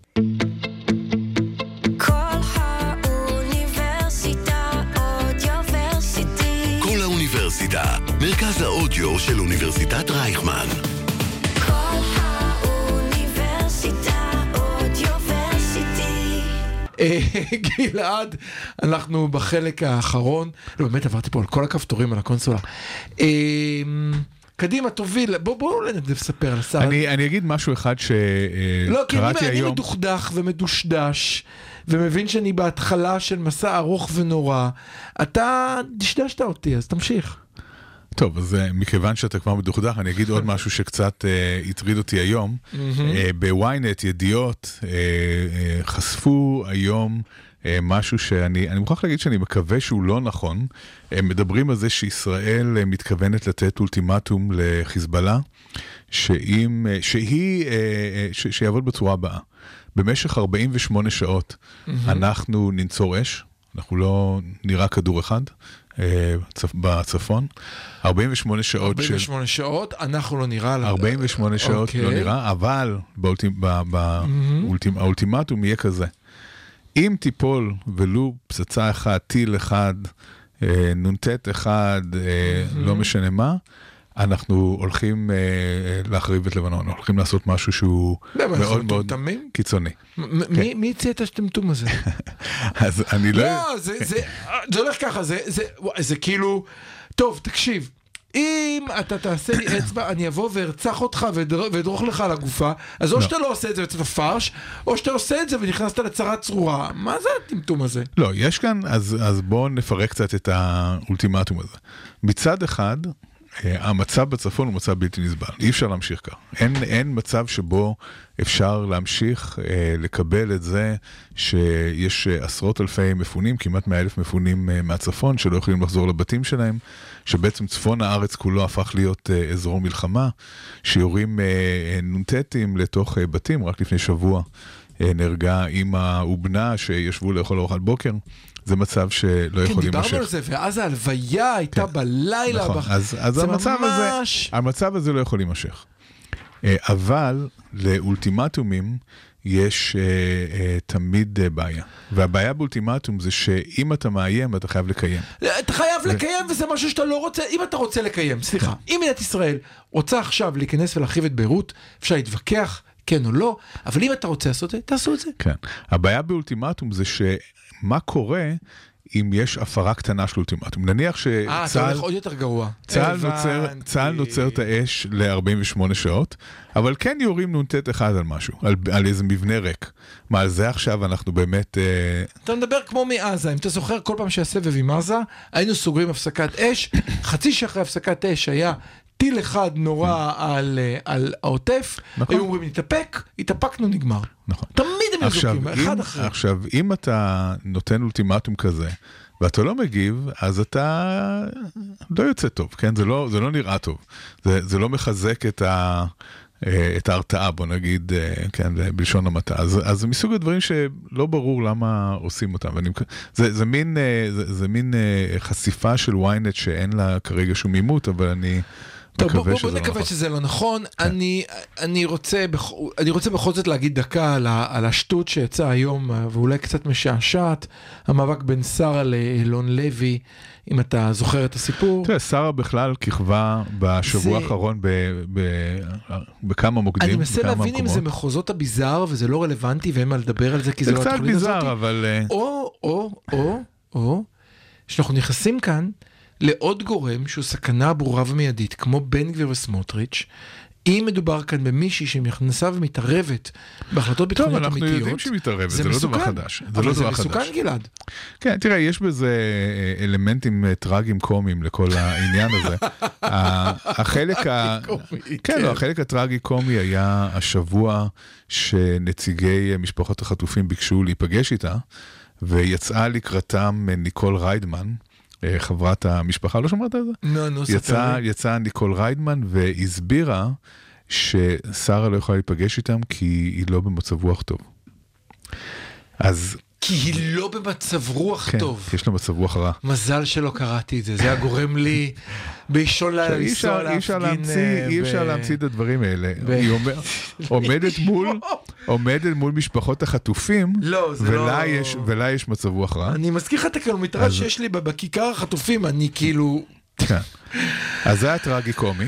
A: כל האוניברסיטה, מרכז האודיו של אוניברסיטת רייכמן.
B: גלעד, אנחנו בחלק האחרון, לא באמת עברתי פה על כל הכפתורים על הקונסולה. קדימה, תוביל, בואו נספר על שר.
D: אני אגיד משהו אחד שקראתי היום.
B: אני מדוכדך ומדושדש, ומבין שאני בהתחלה של מסע ארוך ונורא. אתה דשדשת אותי, אז תמשיך.
D: טוב, אז מכיוון שאתה כבר מדוכדך, אני אגיד עוד משהו שקצת הטריד אותי היום. בוויינט, ידיעות, חשפו היום משהו שאני מוכרח להגיד שאני מקווה שהוא לא נכון. מדברים על זה שישראל מתכוונת לתת אולטימטום לחיזבאללה, שיעבוד בצורה הבאה. במשך 48 שעות אנחנו ננצור אש, אנחנו לא נראה כדור אחד, בצפון, 48 שעות
B: 48 שעות, אנחנו לא נראה
D: 48 שעות לא נראה, אבל האולטימטום יהיה כזה. אם תיפול ולו פצצה אחת, טיל אחד, נונטט אחד, לא משנה מה, אנחנו הולכים להחריב את לבנון, הולכים לעשות משהו שהוא מאוד מאוד קיצוני.
B: מי הציע את השטמטום הזה?
D: אז אני לא...
B: לא, זה הולך ככה, זה כאילו... טוב, תקשיב, אם אתה תעשה לי אצבע, אני אבוא וארצח אותך ואדרוך לך על הגופה, אז או שאתה לא עושה את זה ויוצא פרש, או שאתה עושה את זה ונכנסת לצרה צרורה. מה זה הטמטום הזה?
D: לא, יש כאן, אז בואו נפרק קצת את האולטימטום הזה. מצד אחד, המצב בצפון הוא מצב בלתי נסבל. אי אפשר להמשיך כך. אין מצב שבו אפשר להמשיך לקבל את זה שיש עשרות אלפי מפונים, כמעט 100,000 מפונים מהצפון, שלא יכולים לחזור לבתים שלהם, שבעצם צפון הארץ כולו הפך להיות אזור מלחמה, שיורים נונטטים לתוך בתים. רק לפני שבוע נהרגה אמא ובנה שישבו לאכול ארוחת בוקר. זה מצב שלא יכול להימשך. כן,
B: דיברנו על זה, ואז ההלוויה הייתה בלילה.
D: נכון, אז המצב הזה לא יכול להימשך. אבל לאולטימטומים יש תמיד בעיה. והבעיה באולטימטום זה שאם אתה מאיים, אתה חייב לקיים.
B: אתה חייב לקיים, וזה משהו שאתה לא רוצה, אם אתה רוצה לקיים, סליחה. אם מדינת ישראל רוצה עכשיו להיכנס ולהרחיב את ביירות, אפשר להתווכח, כן או לא, אבל אם אתה רוצה לעשות את זה, תעשו את זה.
D: כן. הבעיה באולטימטום זה שמה קורה אם יש הפרה קטנה של אולטימטום. נניח
B: אתה הולך עוד יותר גרוע.
D: צה"ל נוצר את האש ל-48 שעות, אבל כן יורים נ"ט אחד על משהו, על איזה מבנה ריק. מה, על זה עכשיו אנחנו באמת...
B: אתה מדבר כמו מעזה, אם אתה זוכר כל פעם שהסבב עם עזה, היינו סוגרים הפסקת אש, חצי שאחרי הפסקת אש היה טיל אחד נורא על העוטף, היו אומרים נתאפק, התאפקנו נגמר. תמיד הם זוקים, אחד אחרי.
D: עכשיו, אם אתה נותן אולטימטום כזה, ואתה לא מגיב, אז אתה לא יוצא טוב, כן? זה לא נראה טוב. זה לא מחזק את ההרתעה, בוא נגיד, כן, בלשון המעטה. אז זה מסוג הדברים שלא ברור למה עושים אותם. זה מין חשיפה של וויינט שאין לה כרגע שום עימות, אבל אני...
B: בוא נקווה שזה לא נכון. אני רוצה בכל זאת להגיד דקה על השטות שיצא היום, ואולי קצת משעשעת, המאבק בין שרה לאילון לוי, אם אתה זוכר את הסיפור.
D: תראה, שרה בכלל כיכבה בשבוע האחרון בכמה מוקדים.
B: אני מנסה להבין אם זה מחוזות הביזר, וזה לא רלוונטי, ואין מה לדבר על זה, כי זה לא התוכנית הזאת.
D: זה קצת ביזר, אבל...
B: או, שאנחנו נכנסים כאן, לעוד גורם שהוא סכנה ברורה ומיידית, כמו בן גביר וסמוטריץ', אם מדובר כאן במישהי שנכנסה ומתערבת בהחלטות ביטחוניות אמיתיות,
D: אנחנו יודעים שהיא מתערבת, זה לא דבר חדש.
B: אבל זה מסוכן, גלעד.
D: כן, תראה, יש בזה אלמנטים טרגיים קומיים לכל העניין הזה. החלק הטרגי קומי היה השבוע שנציגי משפחות החטופים ביקשו להיפגש איתה, ויצאה לקראתם ניקול ריידמן, חברת המשפחה, לא שמעת על זה? יצאה ניקול ריידמן והסבירה ששרה לא יכולה להיפגש איתם כי היא לא במצב רוח טוב.
B: כי היא לא במצב רוח טוב.
D: כן, יש לה מצב רוח רע.
B: מזל שלא קראתי את זה, זה היה גורם לי באישון לילה לנסוע להפגין.
D: אי אפשר להמציא את הדברים האלה. היא עומדת מול משפחות החטופים, ולה יש מצב רוח רע.
B: אני מזכיר לך את הקילומטרז' שיש לי בכיכר החטופים, אני כאילו...
D: אז זה היה טרגי קומי.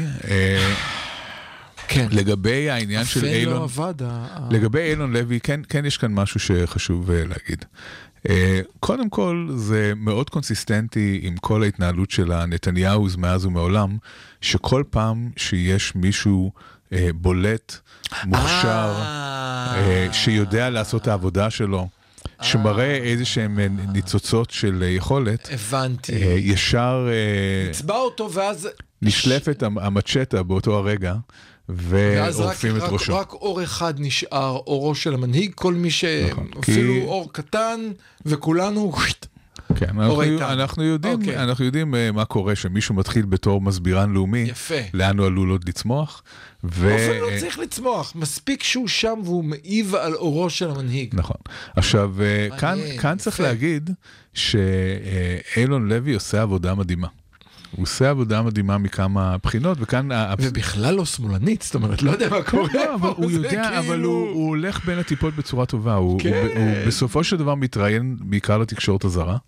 B: כן.
D: לגבי העניין של אילון, לגבי אילון לוי, כן יש כאן משהו שחשוב להגיד. קודם כל, זה מאוד קונסיסטנטי עם כל ההתנהלות של נתניהו מאז ומעולם, שכל פעם שיש מישהו בולט, מוכשר, שיודע לעשות את העבודה שלו, שמראה איזה שהם ניצוצות של יכולת,
B: הבנתי.
D: ישר
B: נצבע אותו ואז...
D: נשלפת המצ'טה באותו הרגע, ועורפים את ראשו.
B: רק אור אחד נשאר, אורו של המנהיג, כל מי שאפילו אור קטן, וכולנו...
D: כן, אנחנו יודעים מה קורה, שמישהו מתחיל בתור מסבירן לאומי, לאן הוא עלול עוד לצמוח.
B: אופן לא צריך לצמוח, מספיק שהוא שם והוא מעיב על אורו של המנהיג.
D: נכון. עכשיו, כאן צריך להגיד שאילון לוי עושה עבודה מדהימה. הוא עושה עבודה מדהימה מכמה בחינות, וכאן...
B: ובכלל לא שמאלנית, זאת אומרת, לא יודע מה קורה.
D: הוא יודע, אבל הוא הולך בין הטיפות בצורה טובה. הוא בסופו של דבר מתראיין בעיקר לתקשורת הזרה,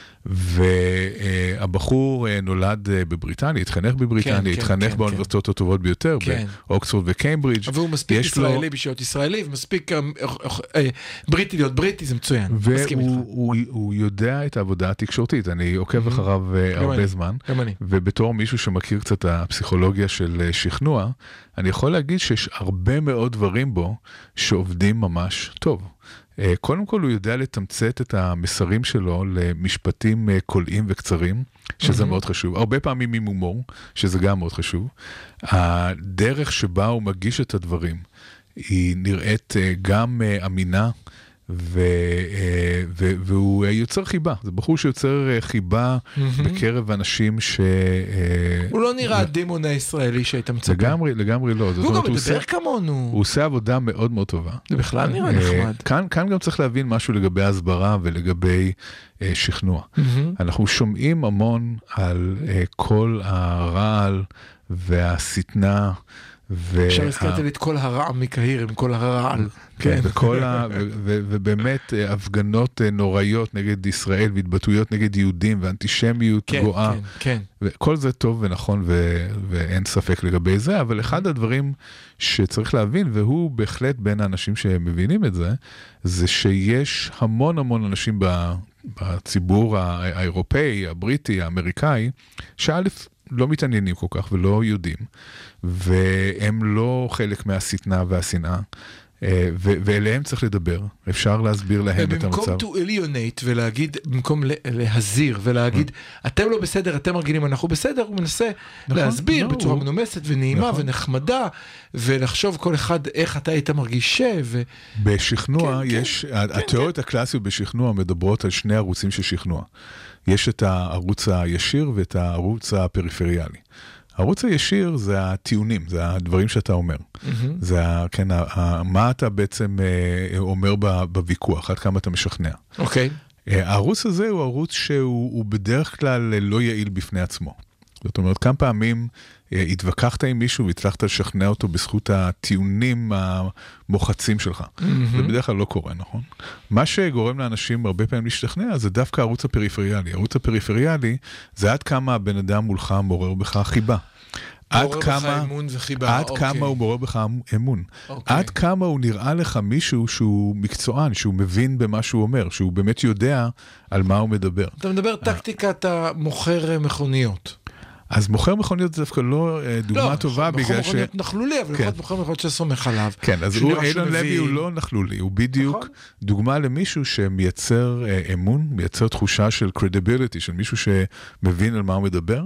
D: והבחור נולד בבריטניה, התחנך בבריטניה, התחנך באוניברסיטאות הטובות ביותר, באוקספורד וקיימברידג'.
B: והוא מספיק ישראלי בשביל ישראלי, ומספיק בריטי להיות בריטי, זה מצוין.
D: והוא יודע את העבודה התקשורתית, אני עוקב אחריו הרבה זמן, ובתור מישהו שמכיר קצת את הפסיכולוגיה של שכנוע, אני יכול להגיד שיש הרבה מאוד דברים בו שעובדים ממש טוב. קודם כל הוא יודע לתמצת את המסרים שלו למשפטים קולעים וקצרים, שזה מאוד חשוב. הרבה פעמים עם הומור, שזה גם מאוד חשוב. הדרך שבה הוא מגיש את הדברים, היא נראית גם אמינה, והוא יוצר חיבה. זה בחור שיוצר חיבה בקרב אנשים ש...
B: הוא לא נראה הדימון הישראלי שהיית מצפה.
D: לגמרי לא.
B: הוא גם מדבר כמונו.
D: הוא עושה עבודה מאוד מאוד טובה.
B: זה בכלל נראה נחמד.
D: כאן גם צריך להבין משהו לגבי הסברה ולגבי שכנוע. אנחנו שומעים המון על כל הרעל והסתנה,
B: עכשיו הזכרת לי את כל הרע מקהיר עם כל הרעל.
D: כן, ובאמת הפגנות נוראיות נגד ישראל והתבטאויות נגד יהודים ואנטישמיות גואה. וכל זה טוב ונכון ואין ספק לגבי זה, אבל אחד הדברים שצריך להבין, והוא בהחלט בין האנשים שמבינים את זה, זה שיש המון המון אנשים בציבור האירופאי, הבריטי, האמריקאי, שא' לא מתעניינים כל כך ולא יודעים, והם לא חלק מהסטנה והשנאה, ואליהם צריך לדבר, אפשר להסביר להם את המצב.
B: במקום to alienate ולהגיד, במקום להזהיר ולהגיד, אתם לא בסדר, אתם מרגילים, אנחנו בסדר, הוא מנסה להסביר בצורה מנומסת ונעימה ונחמדה, ולחשוב כל אחד איך אתה היית מרגיש
D: בשכנוע יש, התיאוריות הקלאסיות בשכנוע מדברות על שני ערוצים של שכנוע. יש את הערוץ הישיר ואת הערוץ הפריפריאלי. הערוץ הישיר זה הטיעונים, זה הדברים שאתה אומר. זה כן, מה אתה בעצם אומר בוויכוח, עד כמה אתה משכנע.
B: אוקיי.
D: הערוץ הזה הוא ערוץ שהוא בדרך כלל לא יעיל בפני עצמו. זאת אומרת, כמה פעמים התווכחת עם מישהו והצלחת לשכנע אותו בזכות הטיעונים המוחצים שלך. זה בדרך כלל לא קורה, נכון? מה שגורם לאנשים הרבה פעמים להשתכנע זה דווקא הערוץ הפריפריאלי. הערוץ הפריפריאלי זה עד כמה הבן אדם מולך מעורר בך חיבה. עד כמה הוא מעורר בך אמון. עד כמה הוא נראה לך מישהו שהוא מקצוען, שהוא מבין במה שהוא אומר, שהוא באמת יודע על מה הוא מדבר.
B: אתה מדבר טקטיקת המוכר מכוניות.
D: אז מוכר מכוניות זה דווקא לא דוגמה טובה, בגלל
B: מוכר מכוניות נכלולי, אבל לפחות מוכר מכוניות שסומך עליו.
D: כן, אז אילון לוי הוא לא נכלולי, הוא בדיוק דוגמה למישהו שמייצר אמון, מייצר תחושה של credibility, של מישהו שמבין על מה הוא מדבר,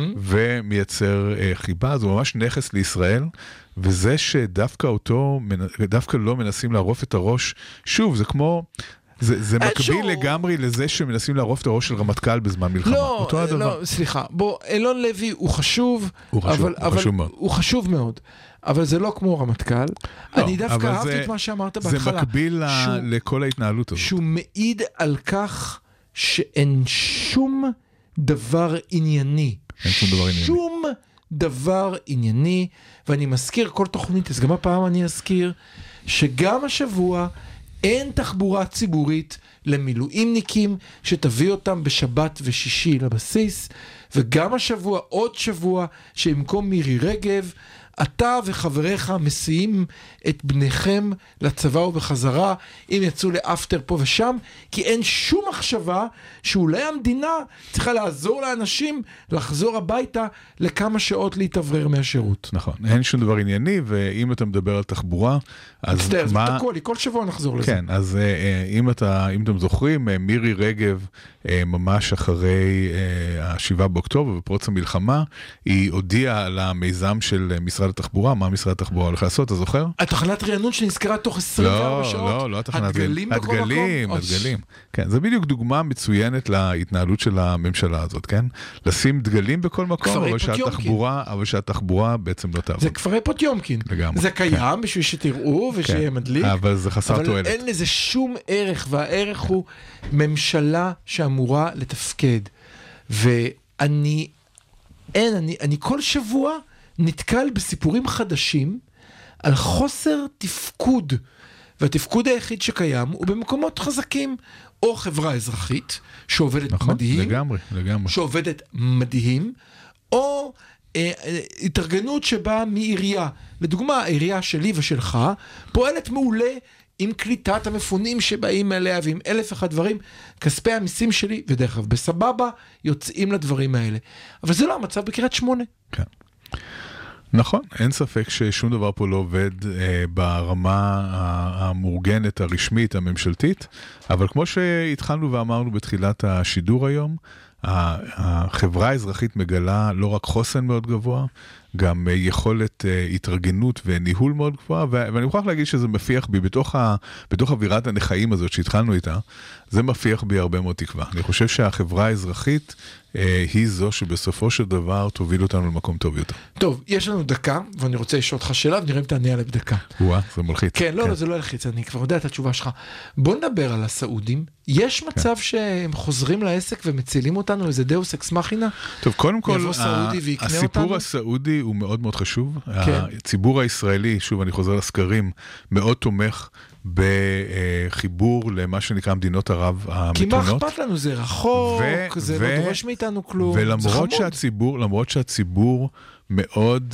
D: ומייצר חיבה, זה ממש נכס לישראל, וזה שדווקא אותו, דווקא לא מנסים לערוף את הראש, שוב, זה כמו... זה מקביל לגמרי לזה שמנסים לערוף את הראש של רמטכ"ל בזמן מלחמה.
B: לא, סליחה. בוא, אילון לוי הוא חשוב, הוא חשוב מאוד. אבל זה לא כמו רמטכ"ל. אני דווקא אהבתי את מה שאמרת בהתחלה.
D: זה מקביל לכל ההתנהלות הזאת.
B: שהוא מעיד על כך שאין שום דבר ענייני. שום דבר ענייני. ואני מזכיר כל תוכנית, אז גם הפעם אני אזכיר, שגם השבוע אין תחבורה ציבורית למילואימניקים שתביא אותם בשבת ושישי לבסיס, וגם השבוע, עוד שבוע, שבמקום מירי רגב, אתה וחבריך מסיעים את בניכם לצבא ובחזרה, אם יצאו לאפטר פה ושם, כי אין שום מחשבה שאולי המדינה צריכה לעזור לאנשים לחזור הביתה לכמה שעות להתעברר מהשירות.
D: נכון, אין שום דבר ענייני, ואם אתה מדבר על תחבורה, אז
B: מה... זה תקוע לי, כל שבוע נחזור לזה.
D: כן, אז אם אתם זוכרים, מירי רגב, ממש אחרי 7 באוקטובר ופרוץ המלחמה, היא הודיעה על המיזם של משרד התחבורה, מה משרד התחבורה הולך לעשות, אתה זוכר?
B: התחנת רענון שנזכרה תוך 24 שעות.
D: לא התחנת רענון. הדגלים. כן, זה בדיוק דוגמה מצוינת להתנהלות של הממשלה הזאת, כן? לשים דגלים בכל מקום, אבל שהתחבורה בעצם לא תעבוד.
B: זה כפרי פוטיומקין.
D: לגמרי.
B: זה קיים בשביל שתראו ושיהיה מדליק.
D: אבל זה חסר תועלת.
B: אבל אין לזה שום ערך, והערך הוא ממשלה שאמורה לתפקד. ואני כל שבוע נתקל בסיפורים חדשים על חוסר תפקוד, והתפקוד היחיד שקיים הוא במקומות חזקים, או חברה אזרחית שעובדת
D: נכון,
B: מדהים,
D: לגמרי.
B: שעובדת מדהים, או התארגנות שבאה מעירייה. לדוגמה, העירייה שלי ושלך פועלת מעולה עם קליטת המפונים שבאים אליה, ועם 1001 דברים, כספי המיסים שלי, ודרך אגב, בסבבה, יוצאים לדברים האלה. אבל זה לא המצב בקריית שמונה.
D: כן. נכון, אין ספק ששום דבר פה לא עובד ברמה המאורגנת, הרשמית, הממשלתית, אבל כמו שהתחלנו ואמרנו בתחילת השידור היום, החברה האזרחית מגלה לא רק חוסן מאוד גבוה, גם יכולת התארגנות וניהול מאוד גבוהה, ואני מוכרח להגיד שזה מפיח בי בתוך אווירת הנחיים הזאת שהתחלנו איתה, זה מפיח בי הרבה מאוד תקווה. אני חושב שהחברה האזרחית היא זו שבסופו של דבר תוביל אותנו למקום טוב יותר.
B: טוב, יש לנו דקה, ואני רוצה לשאול אותך שאלה, ונראה אם תענה עליה בדקה.
D: זה מלחיץ.
B: כן, לא, זה לא מלחיץ, אני כבר יודע את התשובה שלך. בוא נדבר על הסעודים. יש מצב שהם חוזרים לעסק ומצילים אותנו, איזה דאוס אקס מכינה?
D: טוב, קודם כל, הסיפור הסעודי הוא מאוד מאוד חשוב. הציבור הישראלי, שוב, אני חוזר לסקרים, מאוד תומך בחיבור למה שנקרא מדינות ערב המתונות.
B: כי מה אכפת לנו? זה רחוק, זה לא דורש מאיתנו כלום.
D: ולמרות שהציבור מאוד,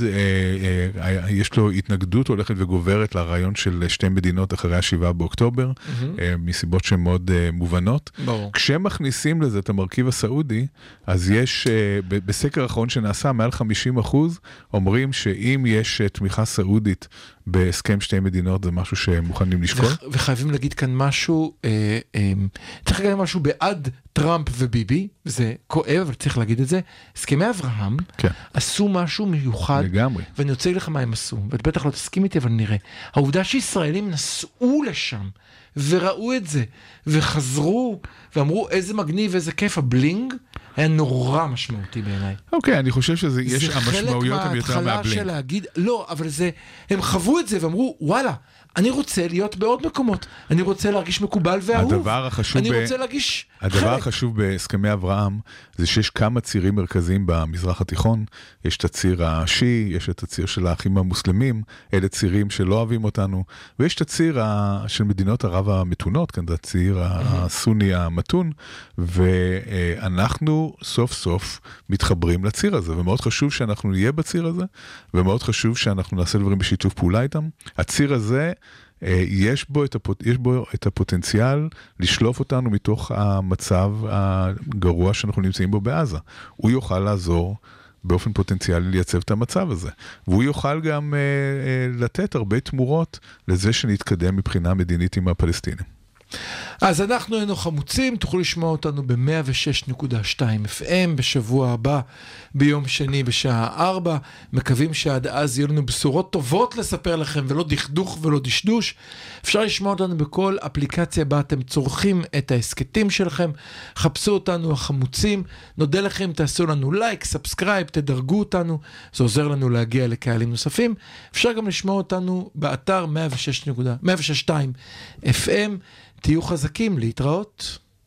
D: יש לו התנגדות הולכת וגוברת לרעיון של שתי מדינות אחרי 7 באוקטובר, מסיבות שהן מאוד מובנות. כשמכניסים לזה את המרכיב הסעודי, אז יש, בסקר האחרון שנעשה, מעל 50% אומרים שאם יש תמיכה סעודית בהסכם שתי מדינות, זה משהו שמוכנים לשקול.
B: וחייבים להגיד כאן משהו, צריך להגיד משהו בעד טראמפ וביבי, זה כואב, אבל צריך להגיד את זה. הסכמי אברהם עשו משהו מיוחד,
D: לגמרי.
B: ואני רוצה להגיד לך מה הם עשו, ואת בטח לא תסכים איתי, אבל נראה. העובדה שישראלים נסעו לשם, וראו את זה, וחזרו, ואמרו איזה מגניב, איזה כיף, הבלינג היה נורא משמעותי בעיניי.
D: אוקיי, אני חושב שיש המשמעויות הם יותר מהבלינג. זה חלק מההתחלה של להגיד, לא, אבל זה, הם חוו את זה ואמרו, וואלה,
B: אני רוצה להיות בעוד מקומות, אני רוצה להרגיש מקובל ואהוב, אני רוצה להרגיש חלק.
D: הדבר החשוב בהסכמי אברהם, זה שיש כמה צירים מרכזיים במזרח התיכון, יש את הציר השיעי, יש את הציר של האחים המוסלמים, אלה צירים שלא אוהבים אותנו, ויש את הציר של מדינות ערב המתונות, כאן זה הציר הסוני המתון, ואנחנו סוף סוף מתחברים לציר הזה, ומאוד חשוב שאנחנו נהיה בציר הזה, ומאוד חשוב שאנחנו נעשה דברים בשיתוף פעולה איתם. הציר הזה, יש בו את הפוטנציאל לשלוף אותנו מתוך המצב הגרוע שאנחנו נמצאים בו בעזה. הוא יוכל לעזור באופן פוטנציאלי לייצב את המצב הזה. והוא יוכל גם לתת הרבה תמורות לזה שנתקדם מבחינה מדינית עם הפלסטינים.
B: אז אנחנו היינו חמוצים, תוכלו לשמוע אותנו ב-106.2 FM בשבוע הבא, ביום שני בשעה 4. מקווים שעד אז יהיו לנו בשורות טובות לספר לכם, ולא דכדוך ולא דשדוש. אפשר לשמוע אותנו בכל אפליקציה בה אתם צורכים את העסקטים שלכם. חפשו אותנו החמוצים. נודה לכם, תעשו לנו לייק, סאבסקרייב, תדרגו אותנו. זה עוזר לנו להגיע לקהלים נוספים. אפשר גם לשמוע אותנו באתר 106.2 FM. תהיו חזקים, להתראות.